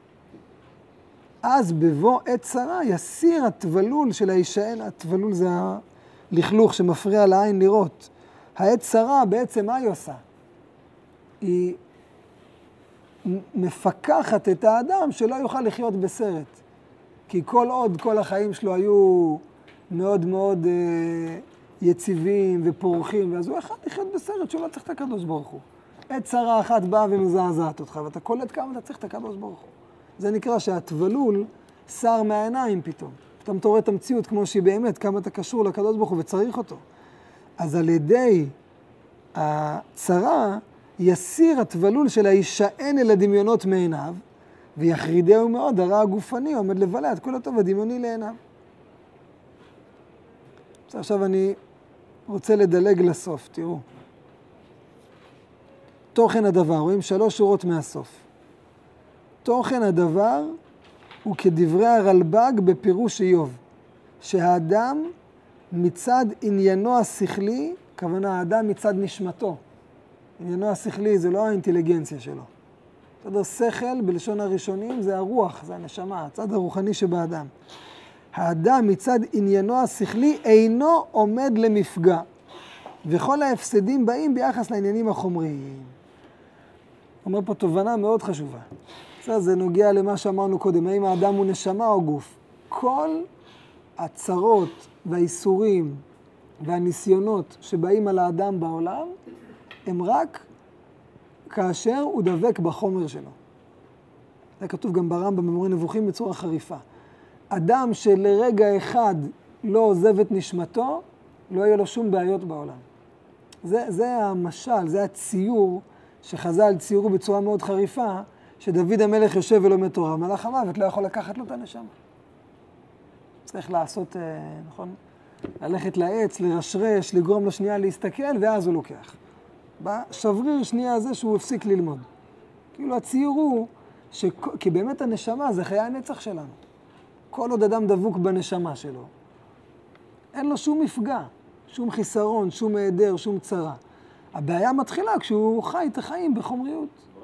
[SPEAKER 1] אז בבוא עת צרה יסיר התבלול של הישען, התבלול זה הלכלוך שמפריע לעין לראות. העת צרה בעצם מה היא עושה? היא מפקחת את האדם שלא יוכל לחיות בסרט. כי כל עוד כל החיים שלו היו מאוד מאוד יציבים ופורחים, ואז הוא יכול לחיות בסרט שהוא לא צריך את הקדוש ברוך הוא. עת צרה אחת באה ומזעזעת אותך, ואתה קולט כמה אתה צריך את הקדוש ברוך הוא. זה נקרא שהתבלול שר מהעיניים פתאום. פתאום אתה רואה את המציאות כמו שהיא באמת, כמה אתה קשור לקדוש ברוך הוא וצריך אותו. אז על ידי הצרה יסיר התבלול של הישען אל הדמיונות מעיניו, ויחרידהו מאוד, הרע הגופני עומד לבלע את כל הטוב הדמיוני לעיניו. עכשיו אני רוצה לדלג לסוף, תראו. תוכן הדבר, רואים 3 שורות מהסוף. תוכן הדבר הוא כדברי הרלב"ג בפירוש איוב, שהאדם מצד עניינו השכלי, כוונה האדם מצד נשמתו. עניינו השכלי זה לא האינטליגנציה שלו. שכל בלשון הראשונים זה הרוח, זה הנשמה, הצד הרוחני שבאדם. האדם מצד עניינו השכלי אינו עומד למפגע, וכל ההפסדים באים ביחס לעניינים החומריים. אומר פה תובנה מאוד חשובה. זה נוגע למה שאמרנו קודם, האם האדם הוא נשמה או גוף. כל הצרות והאיסורים והניסיונות שבאים על האדם בעולם, הם רק כאשר הוא דבק בחומר שלו. זה כתוב גם ברמב"ם במורה נבוכים בצורה חריפה. אדם שלרגע אחד לא עוזב את נשמתו, לא יהיה לו שום בעיות בעולם. זה המשל, זה הציור שחז"ל ציירו בצורה מאוד חריפה, שדוד המלך יושב ולומד תורה, מלאך המוות לא יכול לקחת לו את הנשמה. צריך לעשות, נכון? ללכת לעץ, לרשרש, לגרום לו שנייה להסתכל, ואז הוא לוקח. בשבריר שנייה הזה שהוא הפסיק ללמוד. כאילו הציור הוא, כי באמת הנשמה זה חיי הנצח שלנו. כל עוד אדם דבוק בנשמה שלו, אין לו שום מפגע, שום חיסרון, שום היעדר, שום צרה. הבעיה מתחילה כשהוא חי את החיים בחומריות.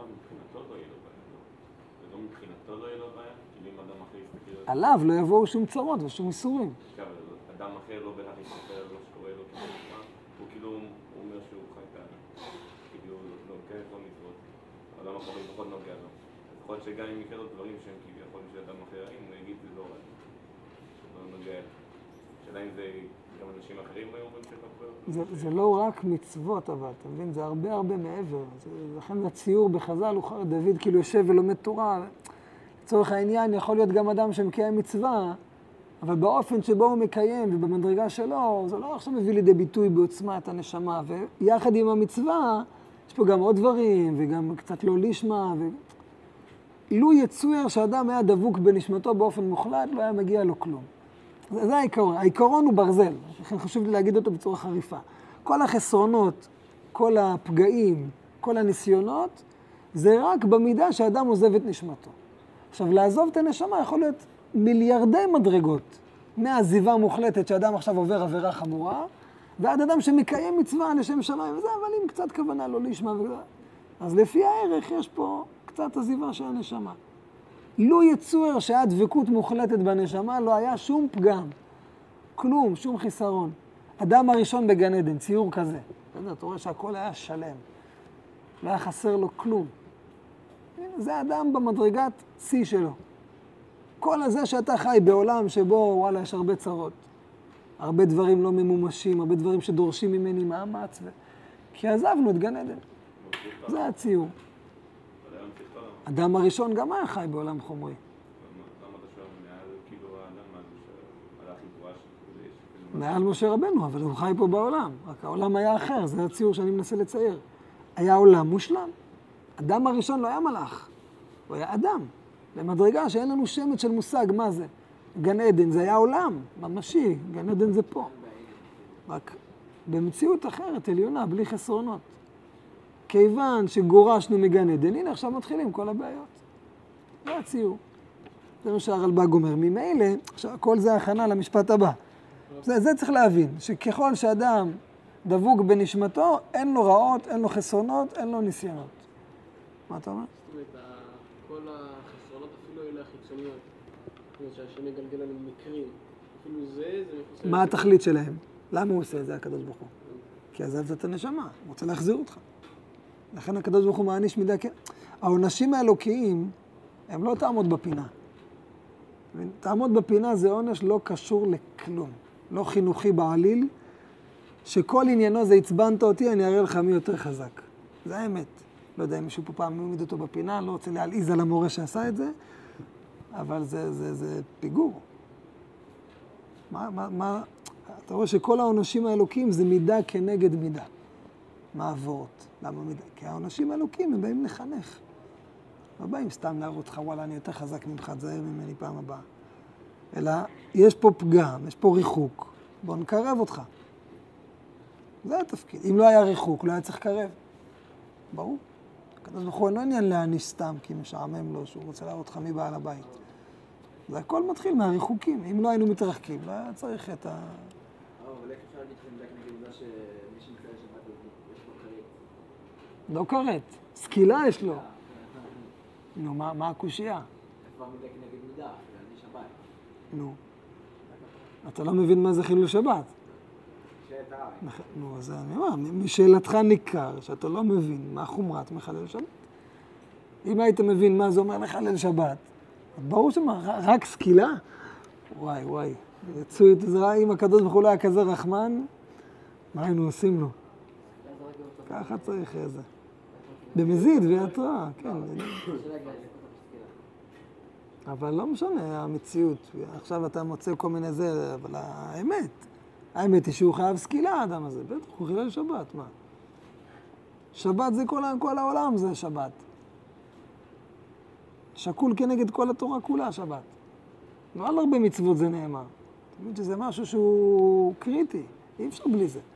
[SPEAKER 1] עליו לא יבואו שום צרות ושום איסורים.
[SPEAKER 5] אדם אחר לא בהכרח יספר לו שקורה לו כמובן, הוא כאילו אומר שהוא חי את האדם. כאילו לא, כן, לא מצוות. האדם אחר פחות נוגע לו. יכול להיות שגם אם יקרה לו דברים שהם כביכול של אדם אחר, אם הוא יגיד זה לא רע. שלא נוגע אליו. שאלה אם זה גם אנשים אחרים היו אומרים שכבר?
[SPEAKER 1] זה לא רק מצוות אבל, אתה מבין? זה הרבה הרבה מעבר. לכן הציור בחז"ל הוא דוד כאילו יושב ולומד תורה. לצורך העניין יכול להיות גם אדם שמקיים מצווה, אבל באופן שבו הוא מקיים ובמדרגה שלו, זה לא עכשיו מביא לידי ביטוי בעוצמת הנשמה. ויחד עם המצווה, יש פה גם עוד דברים, וגם קצת לא לשמה. לו יצויר שאדם היה דבוק בנשמתו באופן מוחלט, לא היה מגיע לו כלום. זה העיקרון. העיקרון הוא ברזל. לכן חשוב לי להגיד אותו בצורה חריפה. כל החסרונות, כל הפגעים, כל הניסיונות, זה רק במידה שאדם עוזב את נשמתו. עכשיו, לעזוב את הנשמה יכול להיות מיליארדי מדרגות, מהעזיבה מוחלטת שאדם עכשיו עובר עבירה חמורה, ועד אדם שמקיים מצווה לשם שמיים וזה, אבל עם קצת כוונה לא לשמה וזה. אז לפי הערך יש פה קצת עזיבה של הנשמה. לו יצויר שהיה דבקות מוחלטת בנשמה, לא היה שום פגם, כלום, שום חיסרון. אדם הראשון בגן עדן, ציור כזה. אתה רואה שהכל היה שלם, לא היה חסר לו כלום. זה אדם במדרגת שיא שלו. כל הזה שאתה חי בעולם שבו, וואלה, יש הרבה צרות. הרבה דברים לא ממומשים, הרבה דברים שדורשים ממני מאמץ. כי עזבנו את גן עדן. זה הציור. אדם הראשון גם היה חי בעולם חומרי.
[SPEAKER 5] למה אתה שואל מעל כאילו האדם הלך עם תורה
[SPEAKER 1] מעל משה רבנו, אבל הוא חי פה בעולם. רק העולם היה אחר, זה הציור שאני מנסה לצייר. היה עולם מושלם. אדם הראשון לא היה מלאך, הוא היה אדם. למדרגה שאין לנו שמץ של מושג מה זה. גן עדן זה היה עולם, ממשי, גן עדן זה פה. רק במציאות אחרת, עליונה, בלי חסרונות. כיוון שגורשנו מגן עדן, הנה עכשיו מתחילים כל הבעיות. זה הציור. זה מה שהרלב"ג אומר. ממילא, עכשיו, כל זה הכנה למשפט הבא. זה צריך להבין, שככל שאדם דבוק בנשמתו, אין לו רעות, אין לו חסרונות, אין לו ניסיונות. מה אתה אומר?
[SPEAKER 6] זאת אומרת, כל החסרונות אפילו אלה החיצוניות. זאת אומרת שהשם יגלגל לנו מקרים. אפילו זה מחוסר...
[SPEAKER 1] מה התכלית שלהם? למה הוא עושה את זה, הקדוש ברוך הוא? כי עזבת את הנשמה, הוא רוצה להחזיר אותך. לכן הקדוש ברוך הוא מעניש מידה כן. העונשים האלוקיים, הם לא תעמוד בפינה. תעמוד בפינה זה עונש לא קשור לכלום. לא חינוכי בעליל, שכל עניינו זה הצבנת אותי, אני אראה לך מי יותר חזק. זה האמת. לא יודע אם מישהו פה פעם מעמיד אותו בפינה, לא רוצה להלעיז על המורה שעשה את זה, אבל זה פיגור. אתה רואה שכל העונשים האלוקיים זה מידה כנגד מידה. מעבורות. למה מידה? כי העונשים האלוקיים הם באים לחנך. לא באים סתם להראות לך, וואלה, אני יותר חזק ממך, תזהר ממני פעם הבאה. אלא יש פה פגם, יש פה ריחוק. בוא נקרב אותך. זה התפקיד. אם לא היה ריחוק, לא היה צריך לקרב. ברור. הקדוש ברוך הוא לא עניין להעניש סתם, כי משעמם לו שהוא רוצה להראות לך מי בעל הבית. זה הכל מתחיל מהריחוקים. אם לא היינו מתרחקים, לא היה צריך את ה...
[SPEAKER 2] אבל איך אפשר להגיד לכם נגד עובדה שמי שמתחיל לשבת יש לו כרת?
[SPEAKER 1] לא כרת. סקילה יש לו. נו, מה הקושייה?
[SPEAKER 2] כבר מידה כנגד מידה, ואני שבת.
[SPEAKER 1] נו. אתה לא מבין מה זה חילול שבת.
[SPEAKER 2] שאלת הרעי.
[SPEAKER 1] נו, אז אני אומר, משאלתך ניכר שאתה לא מבין מה חומרת מחלל שבת. אם היית מבין מה זה אומר לחלל שבת, ברור שמה, רק סקילה? וואי. יצאו את עזרה, אם הקדוש ברוך הוא לא היה כזה רחמן, מה היינו עושים לו? ככה צריך איזה. במזיד והתראה, כן. אבל לא משנה, המציאות. עכשיו אתה מוצא כל מיני זה, אבל האמת היא שהוא חייב סקילה, האדם הזה. בטח, הוא חילל שבת, מה? שבת זה כל העולם, זה שבת. שקול כנגד כל התורה כולה, שבת. לא על הרבה מצוות זה נאמר. זאת אומרת שזה משהו שהוא קריטי, אי אפשר בלי זה.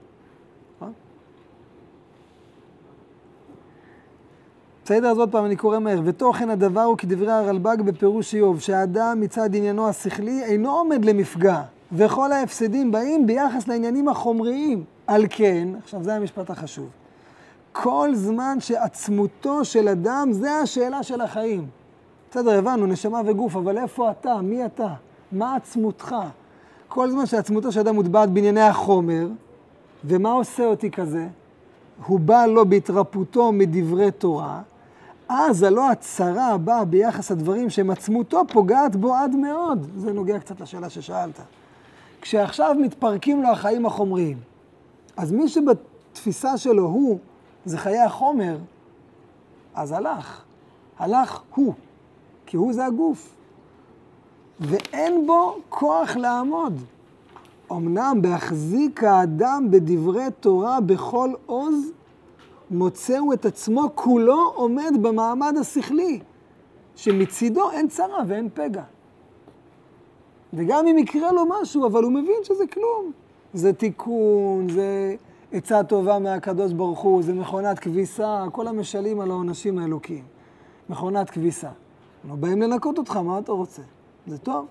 [SPEAKER 1] בסדר, אז עוד פעם אני קורא מהר. ותוכן הדבר הוא כדברי הרלב"ג בפירוש איוב, שהאדם מצד עניינו השכלי אינו עומד למפגע, וכל ההפסדים באים ביחס לעניינים החומריים. על כן, עכשיו זה המשפט החשוב, כל זמן שעצמותו של אדם זה השאלה של החיים. בסדר, הבנו, נשמה וגוף, אבל איפה אתה? מי אתה? מה עצמותך? כל זמן שעצמותו של אדם מוטבעת בענייני החומר, ומה עושה אותי כזה? הוא בא לו בהתרפותו מדברי תורה, אז הלא הצרה הבאה ביחס הדברים שהם עצמותו פוגעת בו עד מאוד. זה נוגע קצת לשאלה ששאלת. כשעכשיו מתפרקים לו החיים החומריים, אז מי שבתפיסה שלו הוא, זה חיי החומר, אז הלך הוא, כי הוא זה הגוף. ואין בו כוח לעמוד. אמנם בהחזיק האדם בדברי תורה בכל עוז, מוצאו את עצמו כולו עומד במעמד השכלי, שמצידו אין צרה ואין פגע. וגם אם יקרה לו משהו, אבל הוא מבין שזה כלום. זה תיקון, זה עצה טובה מהקדוש ברוך הוא, זה מכונת כביסה, כל המשלים על העונשים האלוקיים. מכונת כביסה. לא באים לנקות אותך, מה אתה רוצה? זה טוב.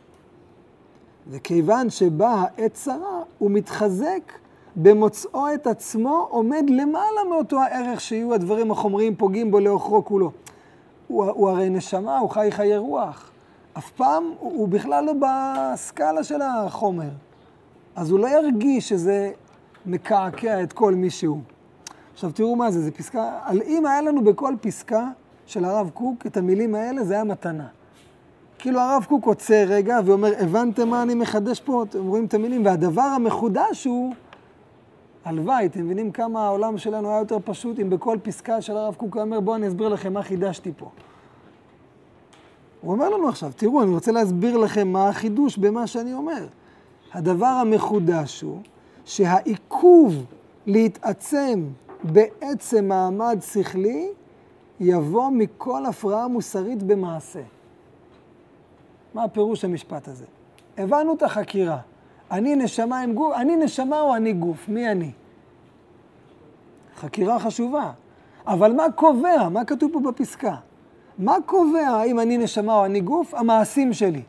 [SPEAKER 1] וכיוון שבא העת צרה, הוא מתחזק במוצאו את עצמו, עומד למעלה מאותו הערך שיהיו הדברים החומריים פוגעים בו לאוכרו כולו. הוא הרי נשמה, הוא חי חיי רוח. אף פעם הוא בכלל לא בסקאלה של החומר. אז הוא לא ירגיש שזה מקעקע את כל מישהו. עכשיו תראו מה זה פסקה, אם היה לנו בכל פסקה של הרב קוק את המילים האלה, זה היה מתנה. כאילו הרב קוק עוצר רגע ואומר, הבנתם מה אני מחדש פה? אתם רואים את המילים, והדבר המחודש הוא, הלוואי, אתם מבינים כמה העולם שלנו היה יותר פשוט, אם בכל פסקה של הרב קוק אומר, בואו אני אסביר לכם מה חידשתי פה. הוא אומר לנו עכשיו, תראו, אני רוצה להסביר לכם מה החידוש במה שאני אומר. הדבר המחודש הוא שהעיכוב להתעצם בעצם מעמד שכלי, יבוא מכל הפרעה מוסרית במעשה. מה הפירוש המשפט הזה? הבנו את החקירה. אני נשמה עם גוף, אני נשמה או אני גוף? מי אני? חקירה חשובה. אבל מה קובע? מה כתוב פה בפסקה? מה קובע האם אני נשמה או אני גוף? המעשים שלי.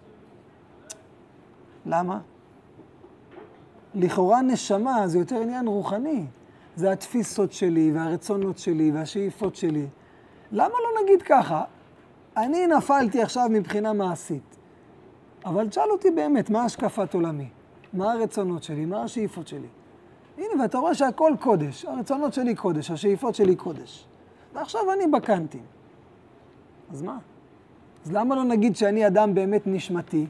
[SPEAKER 1] למה? לכאורה נשמה זה יותר עניין רוחני. זה התפיסות שלי והרצונות שלי והשאיפות שלי. למה לא נגיד ככה? אני נפלתי עכשיו מבחינה מעשית. אבל תשאל אותי באמת, מה השקפת עולמי? מה הרצונות שלי? מה השאיפות שלי? הנה, ואתה רואה שהכל קודש. הרצונות שלי קודש, השאיפות שלי קודש. ועכשיו אני בקנטים. אז מה? אז למה לא נגיד שאני אדם באמת נשמתי?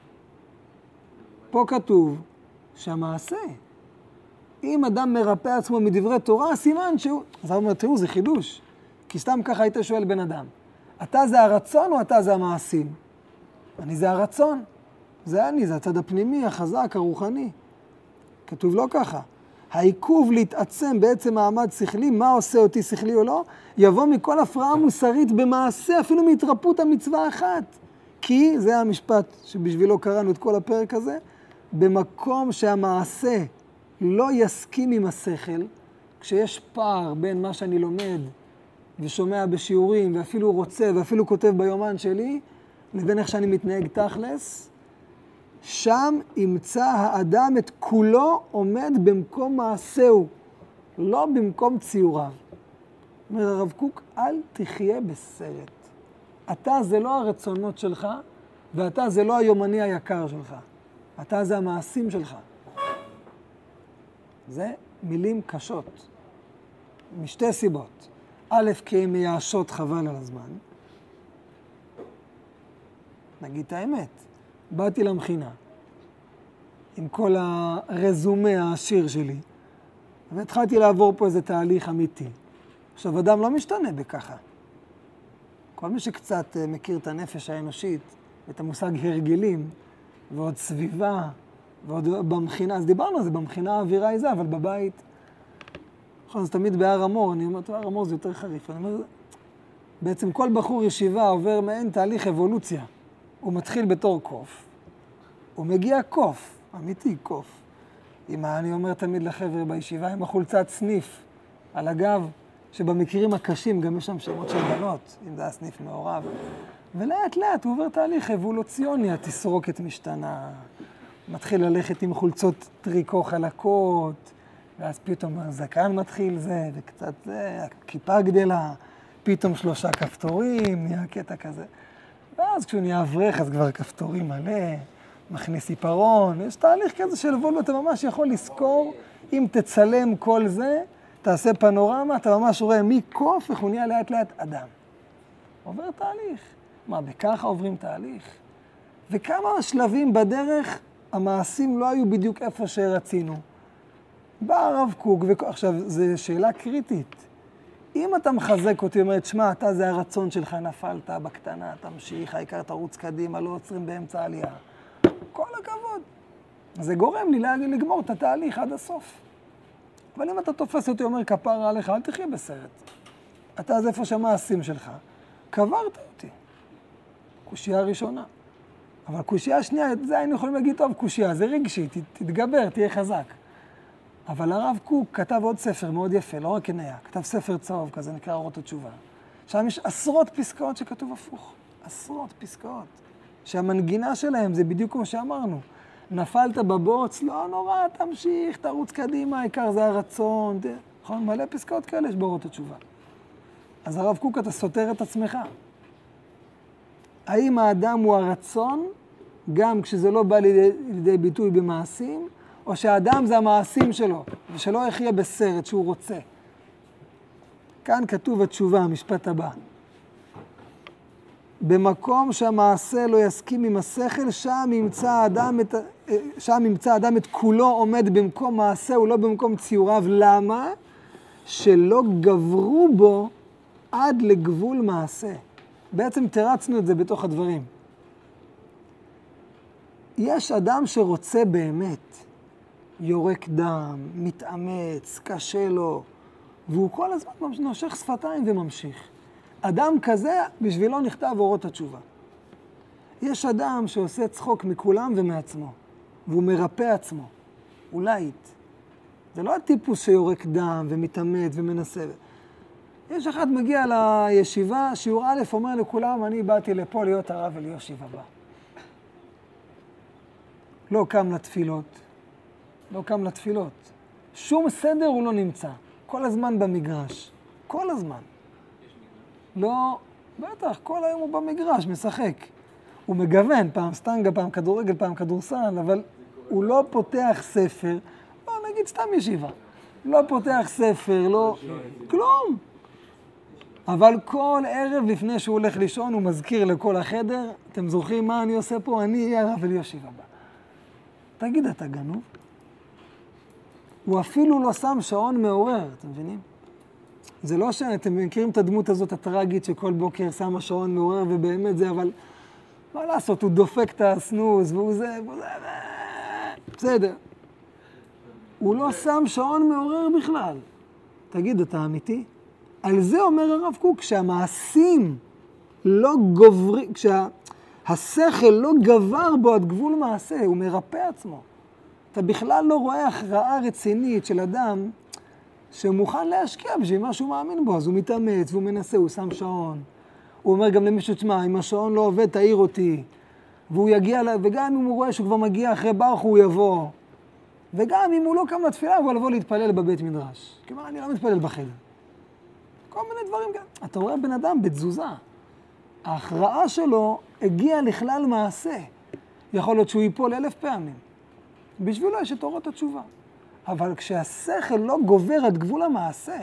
[SPEAKER 1] פה כתוב שהמעשה, אם אדם מרפא עצמו מדברי תורה, סימן שהוא... אז הוא אומר, תראו, זה חידוש. כי סתם ככה היית שואל בן אדם. אתה זה הרצון או אתה זה המעשים? אני זה הרצון. זה אני, זה הצד הפנימי, החזק, הרוחני. כתוב לא ככה. העיכוב להתעצם בעצם מעמד שכלי, מה עושה אותי שכלי או לא, יבוא מכל הפרעה מוסרית במעשה, אפילו מהתרפות המצווה אחת. כי, זה המשפט שבשבילו קראנו את כל הפרק הזה, במקום שהמעשה לא יסכים עם השכל, כשיש פער בין מה שאני לומד ושומע בשיעורים, ואפילו רוצה ואפילו כותב ביומן שלי, לבין איך שאני מתנהג תכלס, שם ימצא האדם את כולו עומד במקום מעשהו, לא במקום ציוריו. אומר הרב קוק, אל תחיה בסרט. אתה זה לא הרצונות שלך, ואתה זה לא היומני היקר שלך. אתה זה המעשים שלך. זה מילים קשות, משתי סיבות. א', כי הן מייאשות חבל על הזמן. נגיד את האמת. באתי למכינה עם כל הרזומה העשיר שלי, והתחלתי לעבור פה איזה תהליך אמיתי. עכשיו, אדם לא משתנה בככה. כל מי שקצת מכיר את הנפש האנושית, את המושג הרגלים, ועוד סביבה, ועוד במכינה, אז דיברנו על זה, במכינה האווירה היא זה, אבל בבית, נכון, אז תמיד בהר המור, אני אומר, הר המור זה יותר חריף, אני אומר, בעצם כל בחור ישיבה עובר מעין תהליך אבולוציה. הוא מתחיל בתור קוף, הוא מגיע קוף, אמיתי קוף. אני אומר תמיד לחבר'ה בישיבה, עם החולצת סניף על הגב, שבמקרים הקשים גם יש שם שמות של בנות, אם זה היה סניף מעורב. ולאט לאט הוא עובר תהליך אבולוציוני, התסרוקת משתנה, מתחיל ללכת עם חולצות טריקו חלקות, ואז פתאום הזקן מתחיל זה, וקצת זה, הכיפה גדלה, פתאום 3 כפתורים, נהיה קטע כזה. ואז כשהוא נהיה אברך, אז כבר כפתורים מלא, מכניס עיפרון, יש תהליך כזה של וולו, אתה ממש יכול לזכור, אם תצלם כל זה, תעשה פנורמה, אתה ממש רואה מי קוף, איך הוא נהיה לאט לאט אדם. עובר תהליך. מה, בככה עוברים תהליך? וכמה שלבים בדרך, המעשים לא היו בדיוק איפה שרצינו. בא הרב קוק, עכשיו, זו שאלה קריטית. אם אתה מחזק אותי, אומרת, שמע, אתה זה הרצון שלך, נפלת בקטנה, תמשיך, העיקר תרוץ קדימה, לא עוצרים באמצע העלייה. כל הכבוד. זה גורם לי לגמור את התהליך עד הסוף. אבל אם אתה תופס אותי, אומר, כפרה עליך, אל תחיה בסרט. אתה זה איפה שהמעשים שלך. קברת אותי. קושייה ראשונה. אבל קושייה שנייה, זה היינו יכולים להגיד, טוב, קושייה, זה רגשי, תתגבר, תהיה חזק. אבל הרב קוק כתב עוד ספר מאוד יפה, לא רק עניה, כתב ספר צהוב כזה, נקרא אורות התשובה. שם יש עשרות פסקאות שכתוב הפוך, עשרות פסקאות. שהמנגינה שלהם זה בדיוק כמו שאמרנו. נפלת בבוץ, לא נורא, תמשיך, תרוץ קדימה, העיקר זה הרצון. נכון? מלא פסקאות כאלה יש באורות התשובה. אז הרב קוק, אתה סותר את עצמך. האם האדם הוא הרצון, גם כשזה לא בא לידי ביטוי במעשים, או שהאדם זה המעשים שלו, ושלא יחיה בסרט שהוא רוצה. כאן כתוב התשובה, המשפט הבא. במקום שהמעשה לא יסכים עם השכל, שם ימצא האדם את כולו עומד במקום מעשה, ולא במקום ציוריו. למה? שלא גברו בו עד לגבול מעשה. בעצם תרצנו את זה בתוך הדברים. יש אדם שרוצה באמת, יורק דם, מתאמץ, קשה לו, והוא כל הזמן נושך שפתיים וממשיך. אדם כזה, בשבילו נכתב אורות התשובה. יש אדם שעושה צחוק מכולם ומעצמו, והוא מרפא עצמו. אולי, זה לא הטיפוס שיורק דם ומתאמץ ומנסה. יש אחד מגיע לישיבה, שיעור א' אומר לכולם, אני באתי לפה להיות הרב אלישיב הבא. לא קם לתפילות, לא קם לתפילות. שום סדר הוא לא נמצא. כל הזמן במגרש. כל הזמן. לא, בטח, כל היום הוא במגרש, משחק. הוא מגוון, פעם סטנגה, פעם כדורגל, פעם כדורסל, אבל הוא לא פותח ספר, לא נגיד סתם ישיבה. לא פותח ספר, לא, כלום. אבל כל ערב לפני שהוא הולך לישון, הוא מזכיר לכל החדר, אתם זוכרים מה אני עושה פה? אני אהיה הרב אלישיב הבא. תגיד, אתה גנוב? הוא אפילו לא שם שעון מעורר, אתם מבינים? זה לא שאתם מכירים את הדמות הזאת הטרגית שכל בוקר שמה שעון מעורר ובאמת זה, אבל מה לעשות, הוא דופק את הסנוז והוא זה, בסדר. הוא לא שם שעון מעורר בכלל. תגיד, אתה אמיתי? על זה אומר הרב קוק, כשהמעשים לא גוברים, כשהשכל לא גבר בו עד גבול מעשה, הוא מרפא עצמו. אתה בכלל לא רואה הכרעה רצינית של אדם שמוכן להשקיע בשביל מה שהוא מאמין בו, אז הוא מתאמץ והוא מנסה, הוא שם שעון. הוא אומר גם למישהו, תשמע, אם השעון לא עובד, תעיר אותי. והוא יגיע, וגם אם הוא רואה שהוא כבר מגיע אחרי ברוך, הוא יבוא. וגם אם הוא לא קם לתפילה, הוא לבוא להתפלל בבית מדרש. כלומר, אני לא מתפלל בחדר. כל מיני דברים גם. אתה רואה בן אדם בתזוזה. ההכרעה שלו הגיעה לכלל מעשה. יכול להיות שהוא ייפול 1000 פעמים. בשבילו יש את אורות התשובה. אבל כשהשכל לא גובר עד גבול המעשה,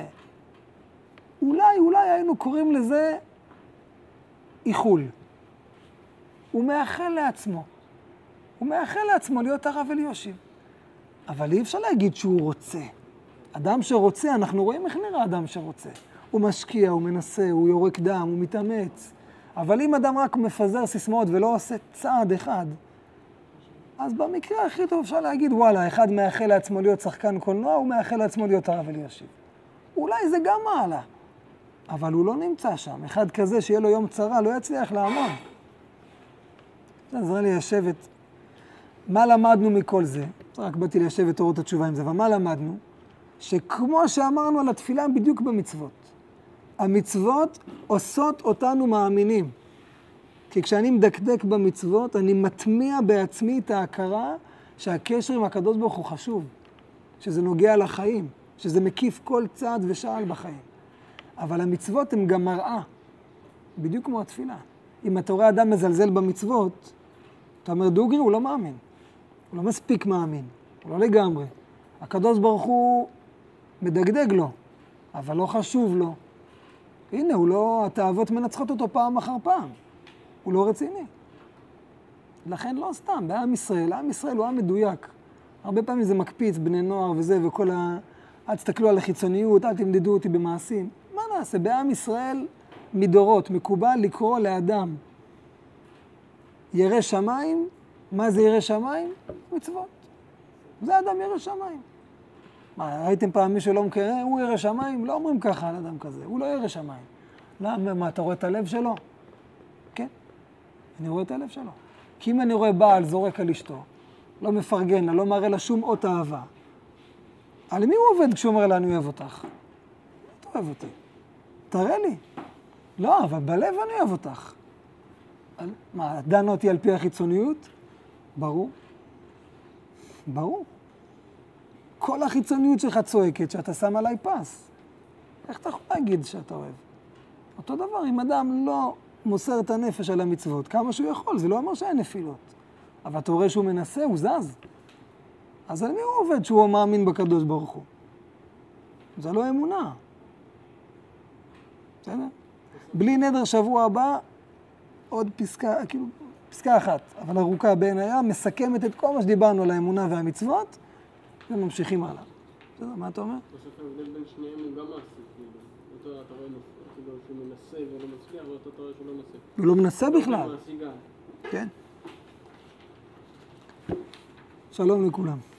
[SPEAKER 1] אולי היינו קוראים לזה איחול. הוא מאחל לעצמו. הוא מאחל לעצמו להיות הרב אלישיב. אבל אי אפשר להגיד שהוא רוצה. אדם שרוצה, אנחנו רואים איך נראה אדם שרוצה. הוא משקיע, הוא מנסה, הוא יורק דם, הוא מתאמץ. אבל אם אדם רק מפזר סיסמאות ולא עושה צעד אחד, אז במקרה הכי טוב אפשר להגיד, וואלה, אחד מאחל לעצמו להיות שחקן קולנוע, הוא מאחל לעצמו להיות הרב אלישיב. אולי זה גם מעלה, אבל הוא לא נמצא שם. אחד כזה שיהיה לו יום צרה, לא יצליח לעמוד. זה עזרה לי לשבת. מה למדנו מכל זה? רק באתי לשבת אורות התשובה עם זה, אבל מה למדנו? שכמו שאמרנו על התפילה בדיוק במצוות. המצוות עושות אותנו מאמינים. כי כשאני מדקדק במצוות, אני מטמיע בעצמי את ההכרה שהקשר עם הקדוש ברוך הוא חשוב, שזה נוגע לחיים, שזה מקיף כל צעד ושעל בחיים. אבל המצוות הן גם מראה, בדיוק כמו התפילה. אם אתה רואה אדם מזלזל במצוות, אתה אומר, דוגרי, הוא לא מאמין. הוא לא מספיק מאמין, הוא לא לגמרי. הקדוש ברוך הוא מדגדג לו, אבל לא חשוב לו. הנה, הוא לא, התאוות מנצחות אותו פעם אחר פעם. הוא לא רציני. לכן לא סתם, בעם ישראל, עם ישראל הוא עם מדויק. הרבה פעמים זה מקפיץ בני נוער וזה, וכל אל תסתכלו על החיצוניות, אל תמדדו אותי במעשים. מה נעשה? בעם ישראל מדורות, מקובל לקרוא לאדם ירא שמיים. מה זה ירא שמיים? מצוות. זה אדם ירא שמיים. מה, ראיתם פעם מישהו לא מקרא, הוא ירא שמיים? לא אומרים ככה על אדם כזה, הוא לא ירא שמיים. למה? מה, אתה רואה את הלב שלו? כן, אני רואה את הלב שלו. כי אם אני רואה בעל זורק על אשתו, לא מפרגן לה, לא מראה לה שום אות אהבה, על מי הוא עובד כשהוא אומר לה, אני אוהב אותך? אתה אוהב אותי. תראה לי. לא, אבל בלב אני אוהב אותך. מה, דן אותי על פי החיצוניות? ברור. ברור. כל החיצוניות שלך צועקת שאתה שם עליי פס. איך אתה יכול להגיד שאתה אוהב? אותו דבר, אם אדם לא מוסר את הנפש על המצוות, כמה שהוא יכול, זה לא אומר שאין נפילות. אבל אתה רואה שהוא מנסה, הוא זז. אז על מי הוא עובד שהוא מאמין בקדוש ברוך הוא? זה לא אמונה. בסדר? בלי נדר שבוע הבא, עוד פסקה, כאילו, פסקה אחת, אבל ארוכה בין הים, מסכמת את כל מה שדיברנו על האמונה והמצוות, וממשיכים הלאה. בסדר, מה אתה אומר?
[SPEAKER 6] בסוף ההבדל בין שניהם הוא גם מעשי, כאילו. אתה רואה שהוא מנסה ולא מצליח, ואתה רואה שהוא לא מנסה.
[SPEAKER 1] הוא לא מנסה בכלל.
[SPEAKER 6] הוא מעשי גם.
[SPEAKER 1] כן. שלום לכולם.